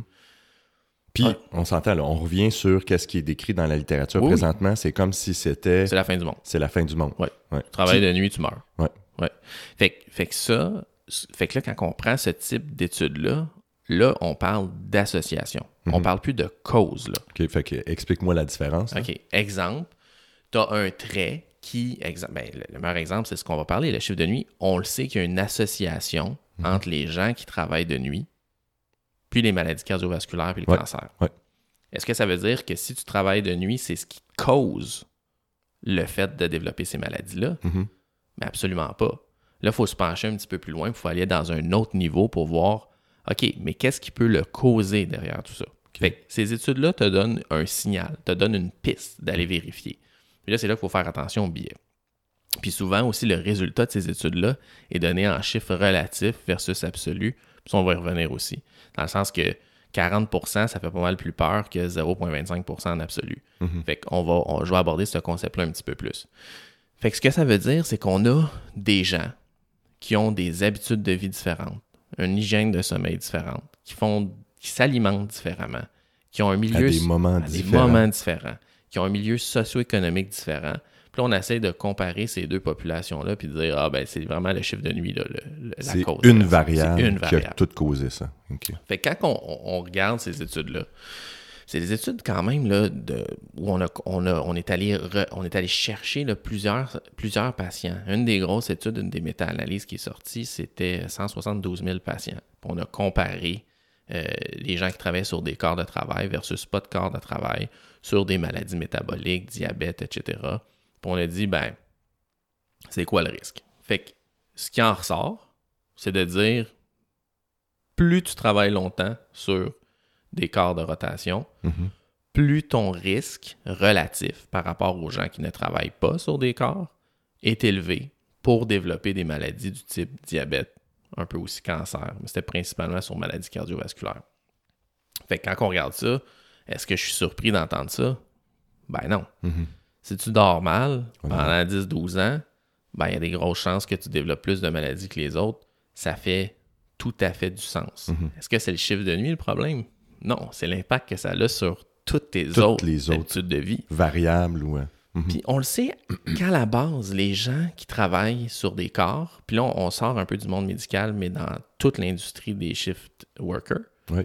Puis, on s'entend, là, on revient sur qu'est-ce qui est décrit dans la littérature présentement. C'est comme si c'était...
C'est la fin du monde.
C'est la fin du monde.
Tu travailles de nuit, tu meurs. Fait que là, quand on prend ce type d'études-là, là, on parle d'association. On parle plus de cause, là.
OK, fait que explique-moi la différence. Là.
OK, exemple, tu as un trait qui... le meilleur exemple, c'est ce qu'on va parler, le chiffre de nuit. On le sait qu'il y a une association entre les gens qui travaillent de nuit puis les maladies cardiovasculaires puis le cancer.
Ouais.
Est-ce que ça veut dire que si tu travailles de nuit, c'est ce qui cause le fait de développer ces maladies-là? Mais absolument pas. Là, il faut se pencher un petit peu plus loin, il faut aller dans un autre niveau pour voir, OK, mais qu'est-ce qui peut le causer derrière tout ça? Okay. Fait que ces études-là te donnent un signal, te donnent une piste d'aller vérifier. Puis là, c'est là qu'il faut faire attention au biais. Puis souvent aussi, le résultat de ces études-là est donné en chiffres relatifs versus absolus. Puis on va y revenir aussi. Dans le sens que 40%, ça fait pas mal plus peur que 0,25% en absolu. Fait qu'on je vais aborder ce concept-là un petit peu plus. Fait que ce que ça veut dire, c'est qu'on a des gens qui ont des habitudes de vie différentes, une hygiène de sommeil différente, qui s'alimentent différemment, qui ont un milieu...
À des moments
différents, qui ont un milieu socio-économique différent. Puis là, on essaie de comparer ces deux populations-là puis de dire, ah ben c'est vraiment le chiffre de nuit, là, la cause.
C'est une variable qui a tout causé ça. Okay.
Fait que quand on regarde ces études-là, c'est des études quand même là, où on est allé chercher là, plusieurs patients. Une des grosses études, une des méta-analyses qui est sortie, c'était 172 000 patients. Puis on a comparé les gens qui travaillent sur des corps de travail versus pas de corps de travail, sur des maladies métaboliques, diabète, etc. Puis on a dit, ben, c'est quoi le risque? Fait que ce qui en ressort, c'est de dire, plus tu travailles longtemps sur des corps de rotation, plus ton risque relatif par rapport aux gens qui ne travaillent pas sur des corps est élevé pour développer des maladies du type diabète, un peu aussi cancer, mais c'était principalement sur maladies cardiovasculaires. Fait que quand on regarde ça, est-ce que je suis surpris d'entendre ça? Ben non. Si tu dors mal pendant 10-12 ans, ben il y a des grosses chances que tu développes plus de maladies que les autres. Ça fait tout à fait du sens. Est-ce que c'est le chiffre de nuit le problème? Non, c'est l'impact que ça a sur toutes les autres habitudes de vie.
Variables ou...
Puis on le sait qu'à la base, les gens qui travaillent sur des corps, puis là on sort un peu du monde médical, mais dans toute l'industrie des shift workers,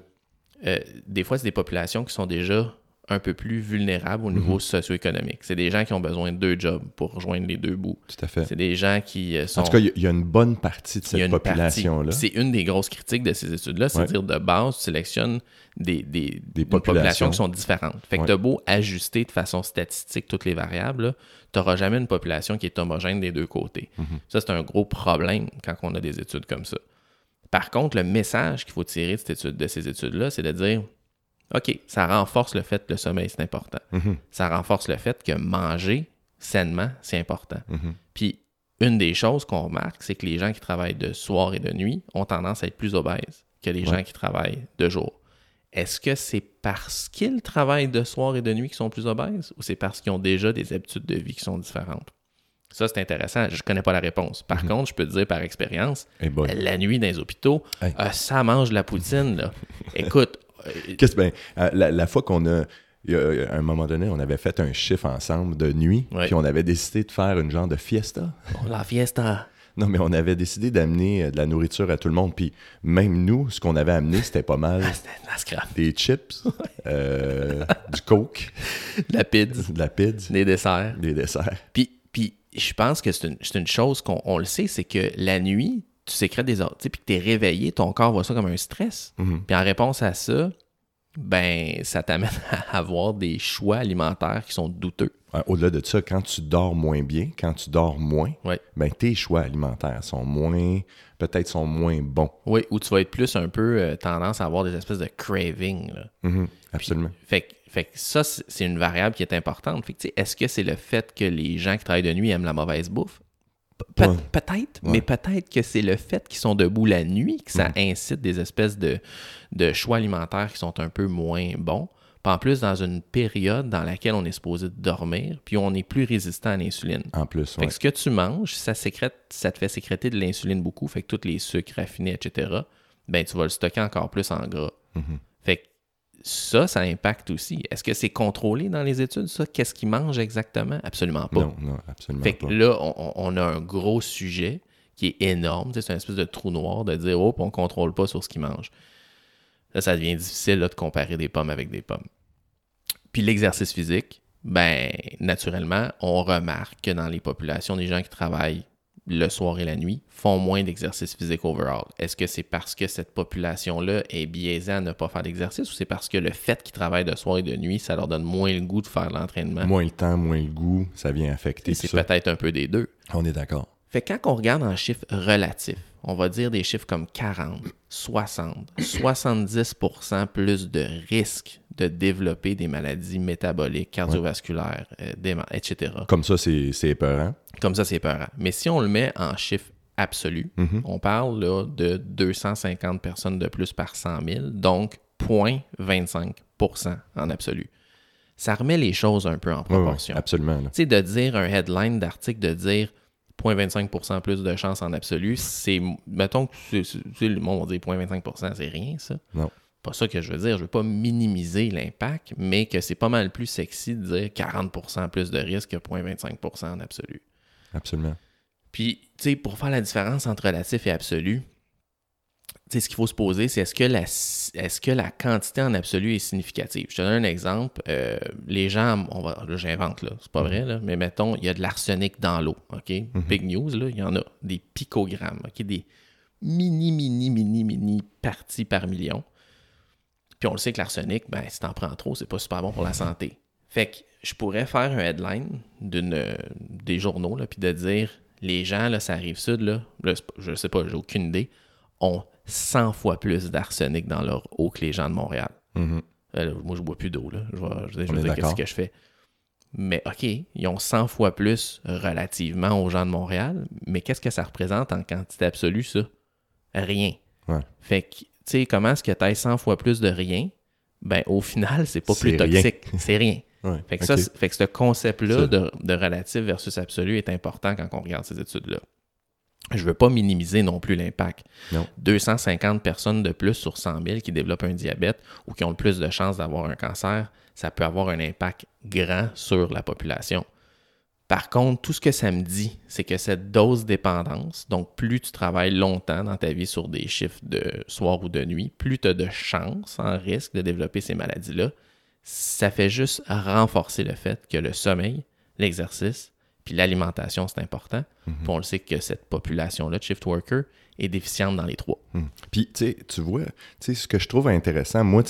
des fois c'est des populations qui sont déjà un peu plus vulnérables au niveau socio-économique. C'est des gens qui ont besoin de 2 jobs pour rejoindre les 2 bouts.
Tout à fait.
C'est des gens qui sont...
En tout cas, il y a une bonne partie de cette population-là.
C'est une des grosses critiques de ces études-là, c'est-à-dire de base, tu sélectionnes des populations qui sont différentes. Fait que tu as beau ajuster de façon statistique toutes les variables, tu n'auras jamais une population qui est homogène des deux côtés. Ça, c'est un gros problème quand on a des études comme ça. Par contre, le message qu'il faut tirer de ces études-là, c'est de dire... OK, ça renforce le fait que le sommeil, c'est important. Ça renforce le fait que manger sainement, c'est important. Puis, une des choses qu'on remarque, c'est que les gens qui travaillent de soir et de nuit ont tendance à être plus obèses que les gens qui travaillent de jour. Est-ce que c'est parce qu'ils travaillent de soir et de nuit qu'ils sont plus obèses ou c'est parce qu'ils ont déjà des habitudes de vie qui sont différentes? Ça, c'est intéressant. Je ne connais pas la réponse. Par contre, je peux te dire par expérience, la nuit dans les hôpitaux, ça mange de la poutine. Là. Écoute,
la fois qu'on a, à un moment donné, on avait fait un chiffre ensemble de nuit, puis on avait décidé de faire une genre de fiesta.
Oh, la fiesta!
Non, mais on avait décidé d'amener de la nourriture à tout le monde, puis même nous, ce qu'on avait amené, c'était pas mal.
C'était de la scrap.
Des chips, du coke.
De la pizza. Des desserts. Puis je pense que c'est une chose qu'on le sait, c'est que la nuit, tu sécrètes des ordres, puis que tu es réveillé, ton corps voit ça comme un stress. Puis en réponse à ça, ben ça t'amène à avoir des choix alimentaires qui sont douteux.
Au-delà de ça, quand tu dors moins bien, quand tu dors moins, ben tes choix alimentaires sont moins bons.
Oui, ou tu vas être plus un peu tendance à avoir des espèces de craving. Là.
Absolument.
Puis, fait que ça, c'est une variable qui est importante. Fait que, est-ce que c'est le fait que les gens qui travaillent de nuit aiment la mauvaise bouffe? Peut-être, mais peut-être que c'est le fait qu'ils sont debout la nuit que ça incite des espèces de choix alimentaires qui sont un peu moins bons. Puis en plus, dans une période dans laquelle on est supposé dormir, puis on est plus résistant à l'insuline.
En plus,
fait que ce que tu manges, ça te fait sécréter de l'insuline beaucoup, fait que tous les sucres raffinés, etc., ben tu vas le stocker encore plus en gras. Fait que ça impacte aussi. Est-ce que c'est contrôlé dans les études, ça? Qu'est-ce qu'ils mangent exactement? Absolument pas.
Non, absolument
pas. Fait que là, on a un gros sujet qui est énorme. C'est une espèce de trou noir de dire « Oh, on ne contrôle pas sur ce qu'ils mangent. » Là, ça devient difficile là, de comparer des pommes avec des pommes. Puis l'exercice physique, ben naturellement, on remarque que dans les populations, des gens qui travaillent le soir et la nuit font moins d'exercice physique overall. Est-ce que c'est parce que cette population-là est biaisée à ne pas faire d'exercice ou c'est parce que le fait qu'ils travaillent de soir et de nuit, ça leur donne moins le goût de faire l'entraînement?
Moins le temps, moins le goût, ça vient affecter
C'est
tout ça.
peut-être un peu des deux.
On est d'accord.
Fait que quand on regarde en chiffres relatifs, on va dire des chiffres comme 40, 60, 70% plus de risques de développer des maladies métaboliques, cardiovasculaires, etc.
Comme ça, c'est épeurant.
Comme ça, c'est peurant. Mais si on le met en chiffres absolus, on parle là, de 250 personnes de plus par 100 000, donc 0,25% en absolu. Ça remet les choses un peu en proportion.
Oui, absolument.
Tu sais, de dire un headline d'article, de dire 0,25% plus de chance en absolu, c'est, mettons que le monde va dire 0,25%, c'est rien, ça.
Non.
Pas ça que je veux dire. Je veux pas minimiser l'impact, mais que c'est pas mal plus sexy de dire 40% plus de risque que 0,25% en absolu.
Absolument.
Puis, tu sais, pour faire la différence entre relatif et absolu, tu sais, ce qu'il faut se poser, c'est est-ce que la quantité en absolu est significative? Je te donne un exemple. Les gens, là, j'invente, là, c'est pas vrai, là, mais mettons, il y a de l'arsenic dans l'eau, OK? Big news, là, il y en a des picogrammes, OK? Des mini parties par million. Puis on le sait que l'arsenic, ben, si t'en prends trop, c'est pas super bon pour la santé. Fait que je pourrais faire un headline des journaux, là, puis de dire, les gens, là, ça arrive sud, là, je sais pas, j'ai aucune idée, ont 100 fois plus d'arsenic dans leur eau que les gens de Montréal. Moi, je bois plus d'eau, là. Je veux dire, qu'est-ce que je fais? Mais OK, ils ont 100 fois plus relativement aux gens de Montréal, mais qu'est-ce que ça représente en quantité absolue, ça? Rien.
Ouais.
Fait que, tu sais, comment est-ce que tu as 100 fois plus de rien? Ben, au final, c'est pas plus
C'est rien.
toxique. C'est rien.
Ouais,
Fait que,
ok.
fait que ce concept-là de relatif versus absolu est important quand on regarde ces études-là. Je veux pas minimiser non plus l'impact.
Non.
250 personnes de plus sur 100 000 qui développent un diabète ou qui ont le plus de chances d'avoir un cancer, ça peut avoir un impact grand sur la population. Par contre, tout ce que ça me dit, c'est que cette dose-dépendance, donc plus tu travailles longtemps dans ta vie sur des chiffres de soir ou de nuit, plus tu as de chances en risque de développer ces maladies-là, ça fait juste renforcer le fait que le sommeil, l'exercice, puis l'alimentation, c'est important. Puis on le sait que cette population-là de shift worker est déficiente dans les trois.
Puis, tu vois, ce que je trouve intéressant, moi,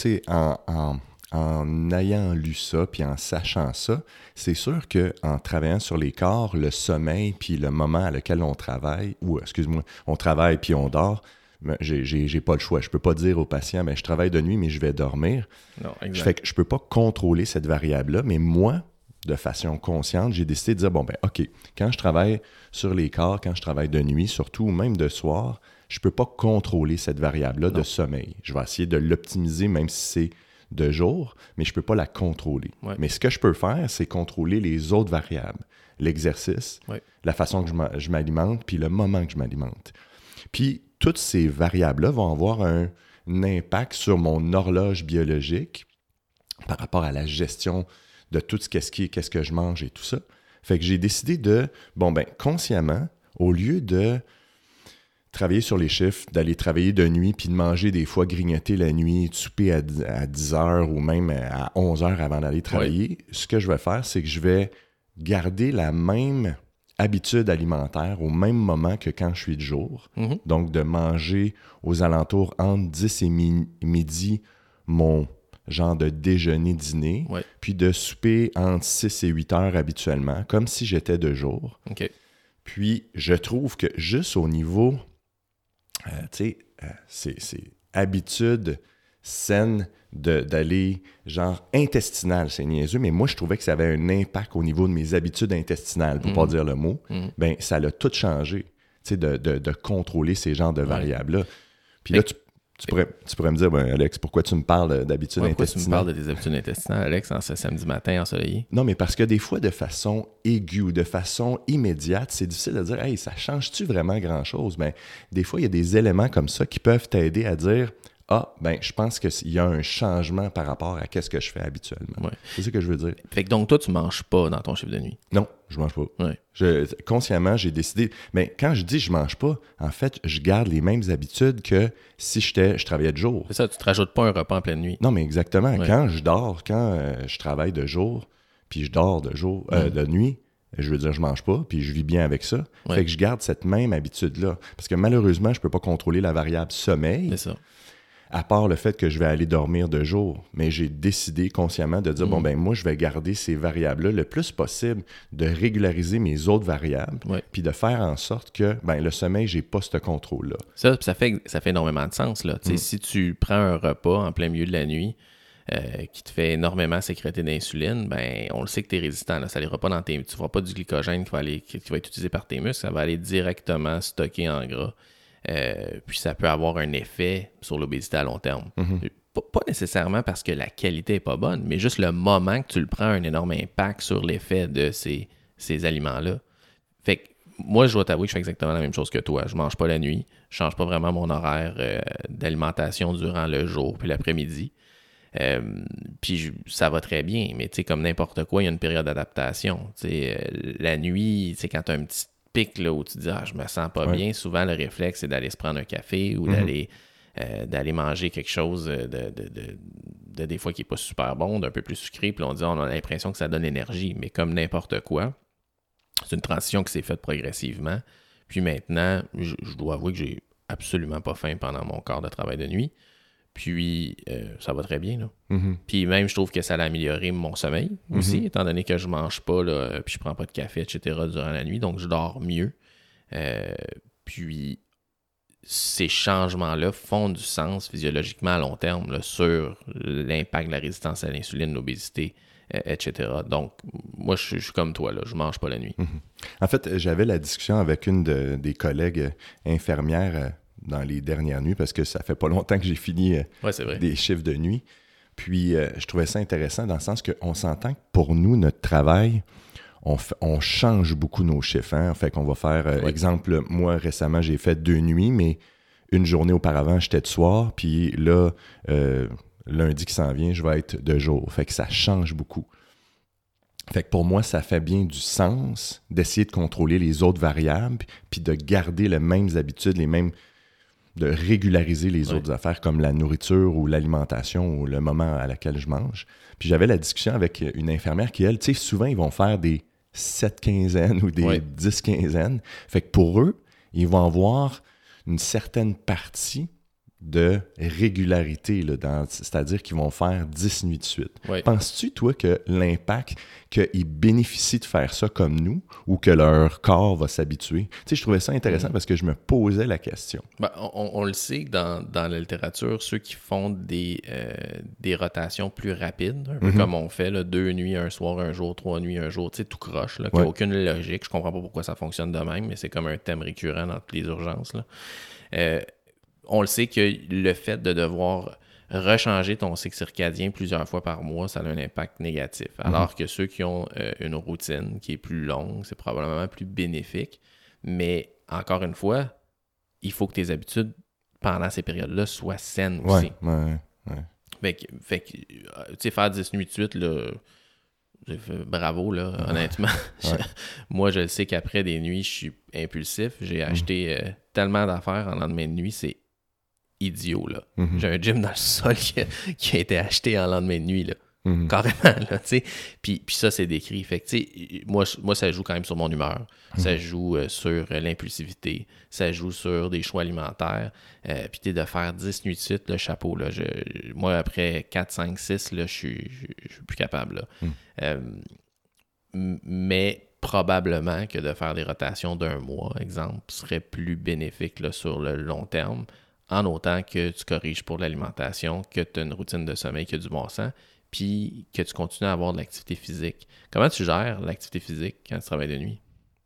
en ayant lu ça, puis en sachant ça, c'est sûr qu'en travaillant sur les corps, le sommeil, puis le moment à lequel on travaille, on travaille puis on dort, j'ai pas le choix. Je peux pas dire au patient, je travaille de nuit, mais je vais dormir.
Non, exact.
Fait que je peux pas contrôler cette variable-là, mais moi, de façon consciente, j'ai décidé de dire, OK, quand je travaille sur les corps, quand je travaille de nuit, surtout, ou même de soir, je peux pas contrôler cette variable-là de sommeil. Je vais essayer de l'optimiser, même si c'est de jour, mais je peux pas la contrôler.
Ouais.
Mais ce que je peux faire, c'est contrôler les autres variables. L'exercice, la façon que je m'alimente, puis le moment que je m'alimente. Puis, toutes ces variables-là vont avoir un impact sur mon horloge biologique par rapport à la gestion de tout qu'est-ce que je mange et tout ça. Fait que j'ai décidé de, consciemment, au lieu de travailler sur les chiffres, d'aller travailler de nuit, puis de manger des fois grignoter la nuit, de souper à 10 heures ou même à 11 heures avant d'aller travailler, ce que je vais faire, c'est que je vais garder la même habitude alimentaire au même moment que quand je suis de jour. Donc, de manger aux alentours entre 10 et midi mon genre de déjeuner-dîner, puis de souper entre 6 et 8 heures habituellement, comme si j'étais de jour.
OK.
Puis, je trouve que juste au niveau, c'est habitude saine d'aller, genre, intestinal, c'est niaiseux, mais moi, je trouvais que ça avait un impact au niveau de mes habitudes intestinales, pour pas dire le mot. Ça l'a tout changé, de contrôler ces genres de variables-là. Puis là, tu pourrais me dire, Alex, pourquoi tu me parles d'habitudes intestinales?
Pourquoi tu me parles de tes habitudes intestinales, Alex, en ce samedi matin ensoleillé?
Non, mais parce que des fois, de façon aiguë, de façon immédiate, c'est difficile de dire « Hey, ça change-tu vraiment grand-chose? » Des fois, il y a des éléments comme ça qui peuvent t'aider à dire « je pense qu'il y a un changement par rapport à ce que je fais habituellement.
Ouais.
C'est ça que je veux dire.
Fait que donc, toi, tu manges pas dans ton chiffre de nuit.
Non, je mange pas.
Ouais.
Consciemment, j'ai décidé... Mais quand je dis je mange pas, en fait, je garde les mêmes habitudes que si je travaillais de jour.
C'est ça, tu te rajoutes pas un repas en pleine nuit.
Non, mais exactement.
Ouais.
Quand je dors, quand je travaille de jour, puis je dors de nuit, je veux dire, je mange pas, puis je vis bien avec ça.
Ouais.
Fait que je garde cette même habitude-là. Parce que malheureusement, je peux pas contrôler la variable sommeil,
C'est ça.
à part le fait que je vais aller dormir de jour. Mais j'ai décidé consciemment de dire, moi, je vais garder ces variables-là le plus possible, de régulariser mes autres variables, puis de faire en sorte que le sommeil, j'ai pas ce contrôle-là.
Ça fait énormément de sens, là. Si tu prends un repas en plein milieu de la nuit, qui te fait énormément sécréter d'insuline, on le sait que tu es résistant. Là. Ça n'ira pas dans tes... Tu ne feras pas du glycogène qui va être utilisé par tes muscles. Ça va aller directement stocker en gras. Puis ça peut avoir un effet sur l'obésité à long terme. Pas nécessairement parce que la qualité n'est pas bonne, mais juste le moment que tu le prends a un énorme impact sur l'effet de ces aliments-là. Fait que moi, je dois t'avouer que je fais exactement la même chose que toi. Je mange pas la nuit. Je change pas vraiment mon horaire d'alimentation durant le jour puis l'après-midi. Puis ça va très bien, mais tu sais, comme n'importe quoi, il y a une période d'adaptation. La nuit, quand tu as un petit pic là, où tu te dis je me sens pas bien, souvent le réflexe c'est d'aller se prendre un café ou d'aller manger quelque chose de des fois qui n'est pas super bon, d'un peu plus sucré, puis on a l'impression que ça donne énergie, mais comme n'importe quoi, c'est une transition qui s'est faite progressivement. Puis maintenant, je dois avouer que j'ai absolument pas faim pendant mon quart de travail de nuit. Puis, ça va très bien, là. Puis même, je trouve que ça a amélioré mon sommeil aussi, étant donné que je mange pas, là, puis je prends pas de café, etc. durant la nuit, donc je dors mieux. Puis, ces changements-là font du sens physiologiquement à long terme là, sur l'impact de la résistance à l'insuline, l'obésité, etc. Donc, moi, je suis comme toi, là, je mange pas la nuit.
En fait, j'avais la discussion avec une des collègues infirmières dans les dernières nuits, parce que ça fait pas longtemps que j'ai fini des chiffres de nuit. Puis, je trouvais ça intéressant dans le sens qu'on s'entend que pour nous, notre travail, on change beaucoup nos chiffres. Hein? Fait qu'on va faire, exemple, moi, récemment, j'ai fait 2 nuits, mais une journée auparavant, j'étais de soir. Puis là, lundi qui s'en vient, je vais être de jour. Fait que ça change beaucoup. Fait que pour moi, ça fait bien du sens d'essayer de contrôler les autres variables, puis de garder les mêmes habitudes, de régulariser les autres affaires comme la nourriture ou l'alimentation ou le moment à laquelle je mange. Puis j'avais la discussion avec une infirmière qui, elle, tu sais, souvent, ils vont faire des 7 quinzaines ou des 10 quinzaines. Fait que pour eux, ils vont avoir une certaine partie de régularité, là, c'est-à-dire qu'ils vont faire 10 nuits de suite. Penses-tu, toi, que l'impact qu'ils bénéficient de faire ça comme nous ou que leur corps va s'habituer? Tu sais, je trouvais ça intéressant parce que je me posais la question.
On le sait que dans la littérature, ceux qui font des rotations plus rapides, un peu comme on fait, là, 2 nuits, un soir, un jour, 3 nuits, un jour, tu sais, tout croche, là, qui n'a aucune logique. Je comprends pas pourquoi ça fonctionne de même, mais c'est comme un thème récurrent dans toutes les urgences, là. On le sait que le fait de devoir rechanger ton cycle circadien plusieurs fois par mois, ça a un impact négatif. Alors que ceux qui ont une routine qui est plus longue, c'est probablement plus bénéfique. Mais encore une fois, il faut que tes habitudes pendant ces périodes-là soient saines aussi. Fait que tu sais, faire 10 nuits de suite, là, bravo, là, honnêtement. Moi, je le sais qu'après des nuits, je suis impulsif. J'ai acheté tellement d'affaires en lendemain de nuit, c'est idiot, là. J'ai un gym dans le sol qui a été acheté en lendemain de nuit, là. Carrément, là, tu sais. Puis ça, c'est décrit. Fait que, tu sais, moi, ça joue quand même sur mon humeur. Ça joue sur l'impulsivité. Ça joue sur des choix alimentaires. Puis, tu sais, de faire 10 nuits de suite, le chapeau, là. Moi, après 4, 5, 6, là, je suis plus capable, là. Mais probablement que de faire des rotations d'1 mois, exemple, serait plus bénéfique, là, sur le long terme, en autant que tu corriges pour l'alimentation, que tu as une routine de sommeil qui a du bon sens, puis que tu continues à avoir de l'activité physique. Comment tu gères l'activité physique quand tu travailles de nuit?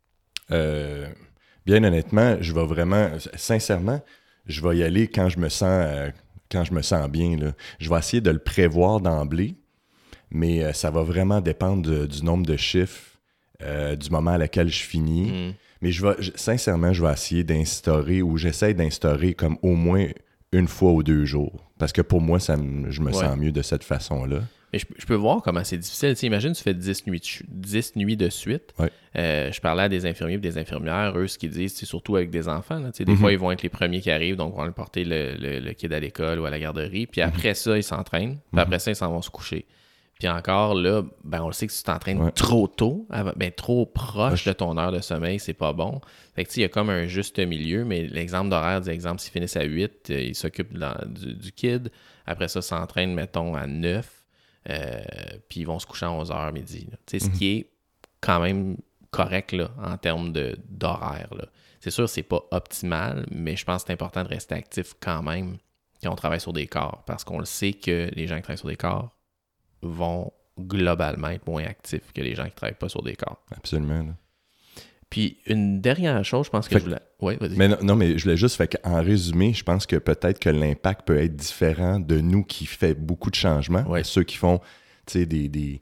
Bien honnêtement, je vais vraiment, sincèrement, je vais y aller quand je me sens bien, là. Je vais essayer de le prévoir d'emblée, mais ça va vraiment dépendre du nombre de chiffres, du moment à laquelle je finis. Mais sincèrement, je vais essayer d'instaurer, ou j'essaie d'instaurer comme au moins une fois ou 2 jours. Parce que pour moi, je me sens mieux de cette façon-là.
Mais je peux voir comment c'est difficile. Tu sais, imagine, tu fais 10 nuits de suite.
Ouais.
Je parlais à des infirmiers et des infirmières. Eux, ce qu'ils disent, c'est surtout avec des enfants. Là. Tu sais, des fois, ils vont être les premiers qui arrivent, donc ils vont aller porter le kid à l'école ou à la garderie. Puis après ça, ils s'entraînent. Puis après ça, ils s'en vont se coucher. Puis encore, là, on le sait que si tu t'entraînes trop tôt, trop proche de ton heure de sommeil, c'est pas bon. Fait que tu sais, il y a comme un juste milieu, mais l'exemple d'horaire, exemple, s'ils finissent à 8, ils s'occupent du kid. Après ça, s'entraînent, mettons, à 9. Puis ils vont se coucher à 11h midi. Tu sais, ce qui est quand même correct là, en termes d'horaire. Là. C'est sûr, c'est pas optimal, mais je pense que c'est important de rester actif quand même quand on travaille sur des corps, parce qu'on le sait que les gens qui travaillent sur des corps vont globalement être moins actifs que les gens qui ne travaillent pas sur des corps.
Absolument. Là.
Puis une dernière chose, je pense que je voulais... Oui, vas-y.
Mais non, mais je voulais juste... En résumé, je pense que peut-être que l'impact peut être différent de nous qui fait beaucoup de changements.
Ouais.
Ceux qui font, tu sais,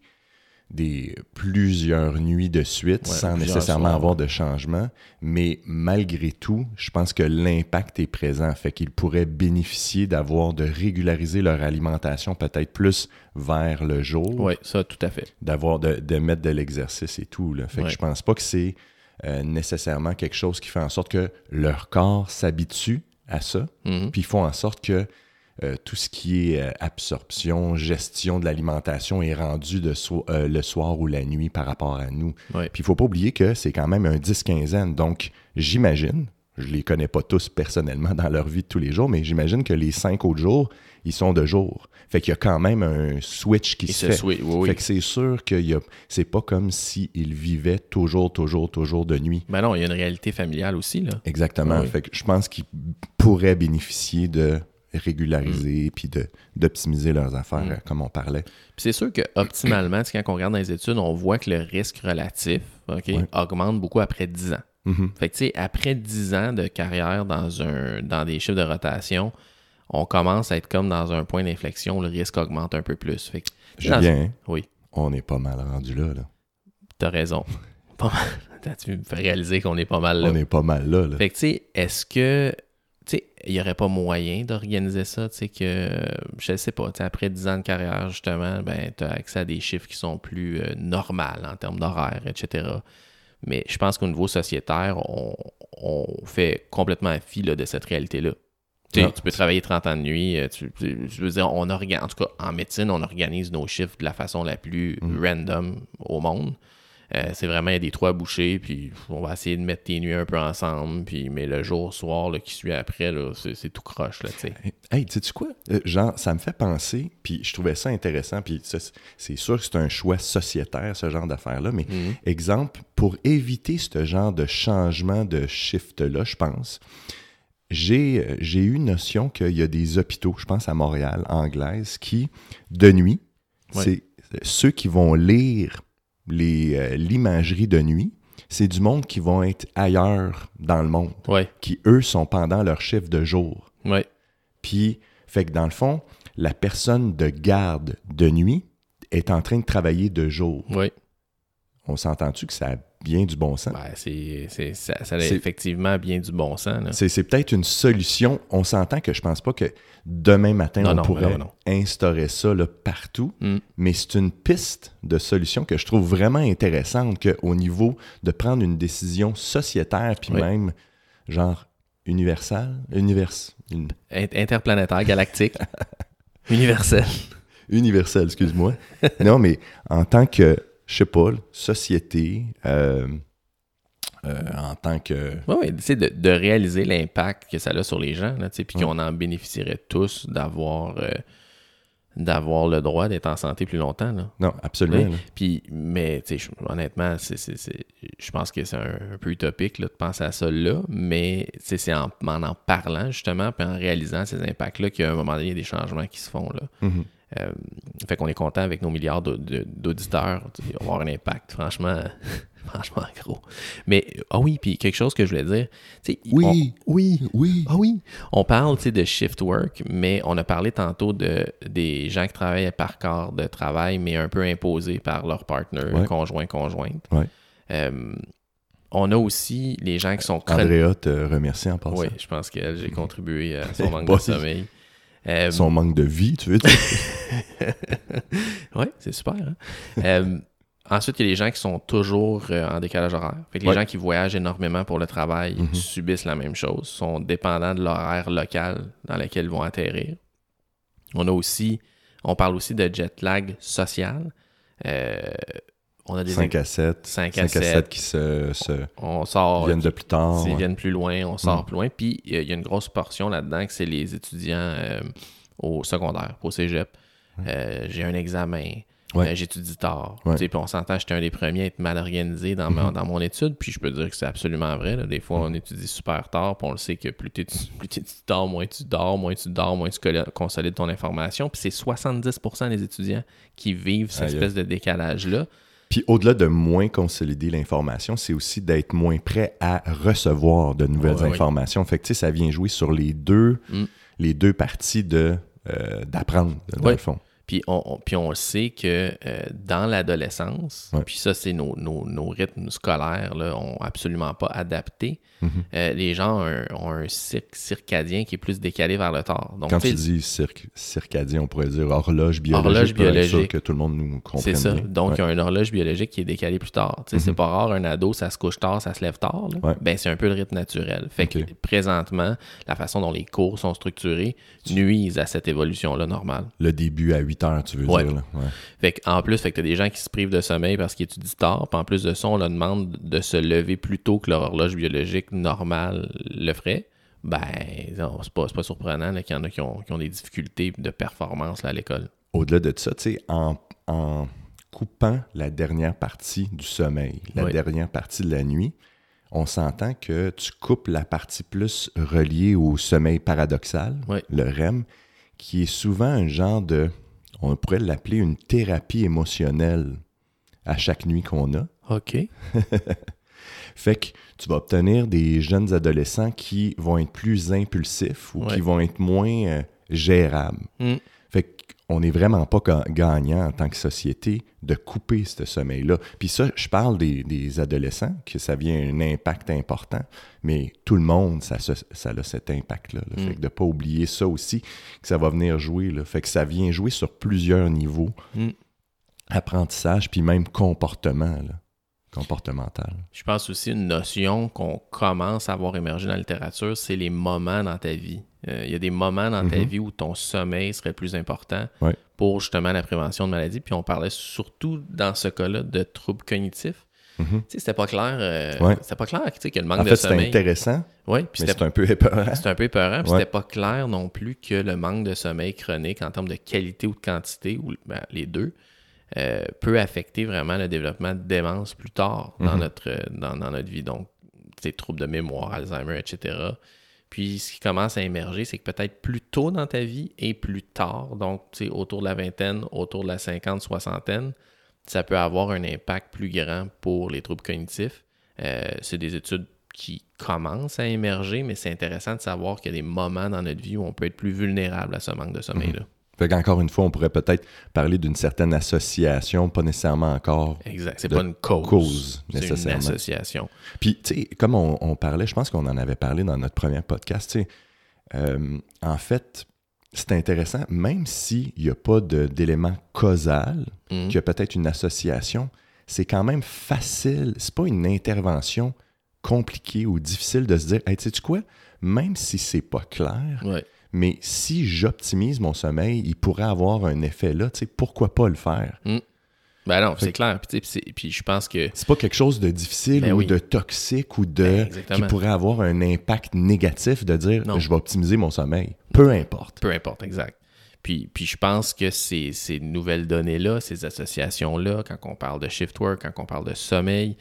des plusieurs nuits de suite sans nécessairement avoir de changement. Mais malgré tout, je pense que l'impact est présent. Fait qu'ils pourraient bénéficier de régulariser leur alimentation peut-être plus vers le jour.
Oui, ça, tout à fait.
De mettre de l'exercice et tout. Là. Fait que je pense pas que c'est nécessairement quelque chose qui fait en sorte que leur corps s'habitue à ça. Puis ils font en sorte que tout ce qui est absorption, gestion de l'alimentation est rendu le soir ou la nuit par rapport à nous.
Ouais.
Puis il ne faut pas oublier que c'est quand même un 10-15 Donc, j'imagine, je ne les connais pas tous personnellement dans leur vie de tous les jours, mais j'imagine que les 5 autres jours, ils sont de jour. Fait qu'il y a quand même un switch qui se fait.
Oui.
Fait que c'est sûr que c'est pas comme s'ils vivaient toujours de nuit.
Ben non, il y a une réalité familiale aussi, là.
Exactement.
Oui.
Fait que je pense qu'ils pourraient bénéficier de régulariser puis d'optimiser leurs affaires, comme on parlait.
Puis c'est sûr que optimalement, quand on regarde dans les études, on voit que le risque relatif augmente beaucoup après 10 ans. Fait que tu sais, après 10 ans de carrière dans des chiffres de rotation, on commence à être comme dans un point d'inflexion, le risque augmente un peu plus. Fait que,
Julien,
oui.
On est pas mal rendu là.
T'as raison. Pas mal. Tu me fais réaliser qu'on est pas mal là.
On est pas mal là.
Fait que tu sais, est-ce que il n'y aurait pas moyen d'organiser ça, que, je sais pas, après 10 ans de carrière, justement, tu as accès à des chiffres qui sont plus normales en termes d'horaire, etc. Mais je pense qu'au niveau sociétaire, on fait complètement fi là, de cette réalité-là. Tu peux travailler 30 ans de nuit, je veux dire, en tout cas, en médecine, on organise nos chiffres de la façon la plus random au monde. C'est vraiment, il y a des trous à boucher, puis on va essayer de mettre tes nuits un peu ensemble, mais le soir là, qui suit après, là, c'est tout croche, là, tu sais.
Hey, sais-tu quoi? Genre, ça me fait penser, puis je trouvais ça intéressant, puis c'est sûr que c'est un choix sociétaire, ce genre d'affaires-là, mais exemple, pour éviter ce genre de changement de shift-là, je pense, j'ai eu notion qu'il y a des hôpitaux, je pense à Montréal, Anglaise, qui, de nuit, c'est ceux qui vont lire l'imagerie de nuit, c'est du monde qui vont être ailleurs dans le monde, qui, eux, sont pendant leur chiffre de jour.
Ouais.
Puis, fait que dans le fond, la personne de garde de nuit est en train de travailler de jour.
Oui.
On s'entend-tu que ça a bien du bon sens?
Ça a effectivement bien du bon sens. Là.
C'est peut-être une solution. On s'entend que je pense pas que demain matin, on pourrait instaurer ça là, partout, mais c'est une piste de solution que je trouve vraiment intéressante qu'au niveau de prendre une décision sociétaire, puis même genre
interplanétaire, galactique, universel.
Universel, excuse-moi. Non, mais en tant que je sais pas, société, en tant que...
Oui, de réaliser l'impact que ça a sur les gens, puis qu'on en bénéficierait tous d'avoir le droit d'être en santé plus longtemps. Là.
Non, absolument.
Puis, mais honnêtement, je pense que c'est un peu utopique là, de penser à ça là, mais c'est en parlant justement, puis en réalisant ces impacts-là qu'à un moment donné, il y a des changements qui se font. Là. Fait qu'on est content avec nos milliards d'auditeurs, on va avoir un impact, franchement gros. Mais, puis quelque chose que je voulais dire, on parle de shift work, mais on a parlé tantôt des gens qui travaillent par corps de travail, mais un peu imposés par leur partner, conjointe. On a aussi les gens qui sont
Andrea te remercie en passant.
Oui, je pense que j'ai contribué à son manque de sommeil.
Son manque de vie, tu veux dire?
Oui, c'est super. Hein? Ensuite, il y a les gens qui sont toujours en décalage horaire. Fait que les gens qui voyagent énormément pour le travail subissent la même chose, sont dépendants de l'horaire local dans lequel ils vont atterrir. On parle aussi de jet lag social. On a des
5 à 7. 5 à 7 qui
on sort,
viennent de plus tard.
S'ils viennent plus loin, on sort plus loin. Puis, il y a une grosse portion là-dedans que c'est les étudiants au secondaire, au cégep. J'ai un examen. J'étudie tard. Puis on s'entend, j'étais un des premiers à être mal organisé dans mon étude, puis je peux dire que c'est absolument vrai. Là. Des fois, on étudie super tard, puis on le sait que plus tu tard, moins tu dors, moins tu consolides ton information. Puis c'est 70% des étudiants qui vivent cette espèce de décalage-là.
Puis au-delà de moins consolider l'information, c'est aussi d'être moins prêt à recevoir de nouvelles informations. Fait que ça vient jouer sur les deux parties d'apprendre, dans le fond.
Puis on le sait que dans l'adolescence, puis ça, c'est nos rythmes scolaires là, ont absolument pas adapté. Les gens ont un cycle circadien qui est plus décalé vers le tard. Donc,
quand tu dis circadien, on pourrait dire horloge biologique.
Horloge biologique.
Pour être sûr que tout le monde nous comprenne.
C'est ça.
Bien.
Donc, il y a une horloge biologique qui est décalée plus tard. C'est pas rare, un ado, ça se couche tard, ça se lève tard. Ben, c'est un peu le rythme naturel. Fait que présentement, la façon dont les cours sont structurés nuisent à cette évolution-là normale.
Le début à 8 heures, tu veux dire. Là.
Fait qu'en plus, tu as des gens qui se privent de sommeil parce qu'ils étudient tard. Puis en plus de ça, on leur demande de se lever plus tôt que leur horloge biologique normale le ferait. Ben, c'est pas surprenant là, qu'il y en a qui ont des difficultés de performance là, à l'école.
Au-delà de ça, tu sais, en coupant la dernière partie du sommeil, la dernière partie de la nuit, on s'entend que tu coupes la partie plus reliée au sommeil paradoxal, le REM, qui est souvent un genre de, on pourrait l'appeler une thérapie émotionnelle à chaque nuit qu'on a.
OK.
Fait que tu vas obtenir des jeunes adolescents qui vont être plus impulsifs ou qui vont être moins gérables. Fait qu'on n'est vraiment pas gagnant en tant que société de couper ce sommeil-là. Puis ça, je parle des adolescents, que ça vient un impact important, mais tout le monde, ça a cet impact-là. Fait que de ne pas oublier ça aussi, que ça va venir jouer. Là. Fait que ça vient jouer sur plusieurs niveaux. Apprentissage, puis même comportemental. Je
pense aussi une notion qu'on commence à voir émerger dans la littérature, c'est les moments dans ta vie. Il y a des moments dans ta vie où ton sommeil serait plus important pour justement la prévention de maladies. Puis on parlait surtout dans ce cas-là de troubles cognitifs. C'était pas clair. C'était pas clair que le manque de sommeil.
C'était intéressant.
Mais
c'est un peu épeurant.
C'était un peu épeurant. Puis c'était pas clair non plus que le manque de sommeil chronique en termes de qualité ou de quantité, ou les deux, peut affecter vraiment le développement de démence plus tard dans notre vie. Donc, troubles de mémoire, Alzheimer, etc. Puis, ce qui commence à émerger, c'est que peut-être plus tôt dans ta vie et plus tard, donc autour de la vingtaine, autour de la 50, soixantaine, ça peut avoir un impact plus grand pour les troubles cognitifs. C'est des études qui commencent à émerger, mais c'est intéressant de savoir qu'il y a des moments dans notre vie où on peut être plus vulnérable à ce manque de sommeil-là.
Fait qu'encore une fois, on pourrait peut-être parler d'une certaine association, pas nécessairement encore.
Exact. C'est pas une cause nécessairement. C'est une association.
Puis, tu sais, comme on parlait, je pense qu'on en avait parlé dans notre premier podcast, tu sais, en fait, c'est intéressant, même s'il n'y a pas d'élément causal, qu'il y a peut-être une association, c'est quand même facile. C'est pas une intervention compliquée ou difficile de se dire, hey, tu sais quoi, même si c'est pas clair. Mais si j'optimise mon sommeil, il pourrait avoir un effet là. Tu sais, pourquoi pas le faire?
Ben non, c'est clair. Puis je pense que...
C'est pas quelque chose de difficile ou de toxique ou qui pourrait avoir un impact négatif de dire je vais optimiser mon sommeil. Peu importe.
Peu importe, exact. Puis je pense que ces nouvelles données-là, ces associations-là, quand on parle de shift work, quand on parle de sommeil,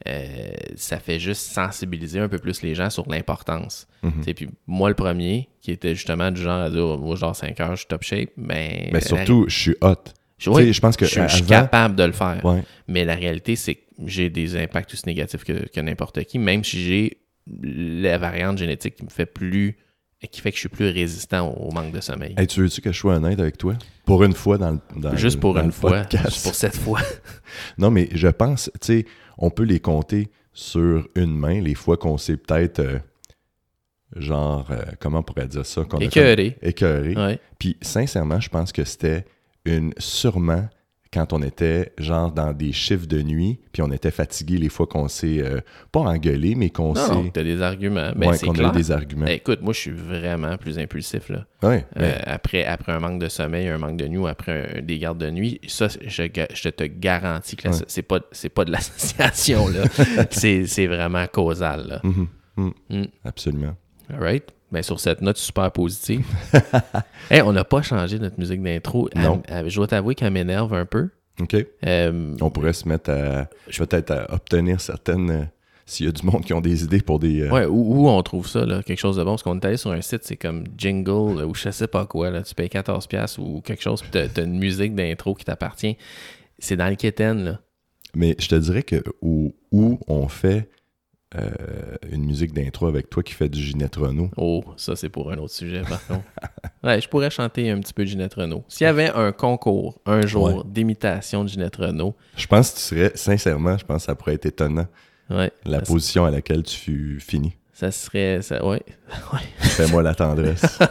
ça fait juste sensibiliser un peu plus les gens sur l'importance. Puis moi, le premier, qui était justement du genre à dire moi, genre 5 heures, je suis top shape, mais
surtout, je suis hot. Je pense que
je suis capable de le faire. Mais la réalité, c'est que j'ai des impacts aussi négatifs que n'importe qui, même si j'ai la variante génétique qui fait que je suis plus résistant au manque de sommeil.
Hey, tu veux-tu que je sois honnête avec toi? Pour une fois dans
juste pour
dans
une
le
fois,
podcast.
juste pour cette fois.
Non, mais je pense, tu sais, on peut les compter sur une main les fois qu'on s'est peut-être, comment on pourrait dire ça?
Écœuré.
Écœuré.
Ouais.
Puis sincèrement, je pense que c'était sûrement quand on était genre dans des chiffres de nuit, puis on était fatigué les fois qu'on s'est, pas engueulé, mais qu'on s'est...
Non, t'as des arguments. Ben,
ouais,
c'est
qu'on
clair.
a eu des arguments.
Écoute, moi, je suis vraiment plus impulsif, là.
Ouais,
Après un manque de sommeil, un manque de nuit ou après des gardes de nuit, ça, je te garantis que c'est pas de l'association, là. c'est vraiment causal, là.
Absolument.
All right? Ben, sur cette note super positive. Hey, on n'a pas changé notre musique d'intro.
Non.
Je dois t'avouer qu'elle m'énerve un peu.
OK. On pourrait se mettre peut-être à obtenir certaines... s'il y a du monde qui ont des idées pour des...
Ouais, où on trouve ça, là, quelque chose de bon. Parce qu'on est allé sur un site, c'est comme Jingle, ou je sais pas quoi, là, tu payes 14$ ou quelque chose, puis t'as une musique d'intro qui t'appartient. C'est dans le quétaine, là.
Mais je te dirais que où on fait une musique d'intro avec toi qui fait du Ginette Renault.
Oh, ça, c'est pour un autre sujet, par contre. Ouais, je pourrais chanter un petit peu Ginette Renault. S'il y avait un concours, un jour, d'imitation de Ginette Renault...
Je pense que tu serais, sincèrement, je pense que ça pourrait être étonnant.
Ouais,
la position à laquelle tu finis.
Ça serait... ouais.
Fais-moi la tendresse.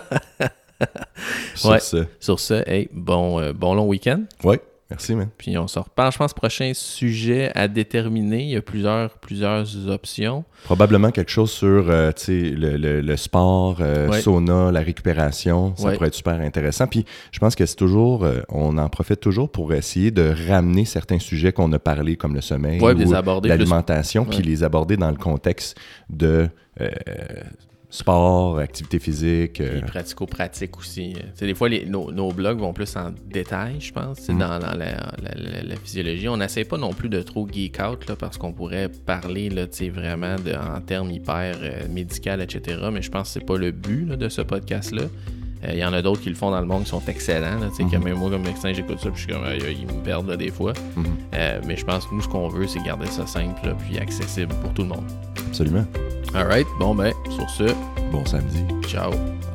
Sur ce, hey, bon long week-end.
Oui, merci, man.
Puis on se reparle. Je pense prochain sujet à déterminer. Il y a plusieurs options.
Probablement quelque chose sur le sport, sauna, la récupération. Ça pourrait être super intéressant. Puis je pense que c'est toujours... on en profite toujours pour essayer de ramener certains sujets qu'on a parlé, comme le sommeil ou l'alimentation, puis les aborder dans le contexte de... sport, activité physique.
Et pratico-pratique aussi. Des fois, nos blogs vont plus en détail, je pense, dans la physiologie. On n'essaie pas non plus de trop geek out, là, parce qu'on pourrait parler là, vraiment en termes hyper médical, etc. Mais je pense que c'est pas le but là, de ce podcast-là. Il y en a d'autres qui le font dans le monde qui sont excellents. Là, que même moi, comme médecin, j'écoute ça puis je suis comme, ils me perdent là, des fois. Mais je pense que nous, ce qu'on veut, c'est garder ça simple là, puis accessible pour tout le monde.
Absolument.
All right. Bon, ben, sur ce...
Bon samedi.
Ciao.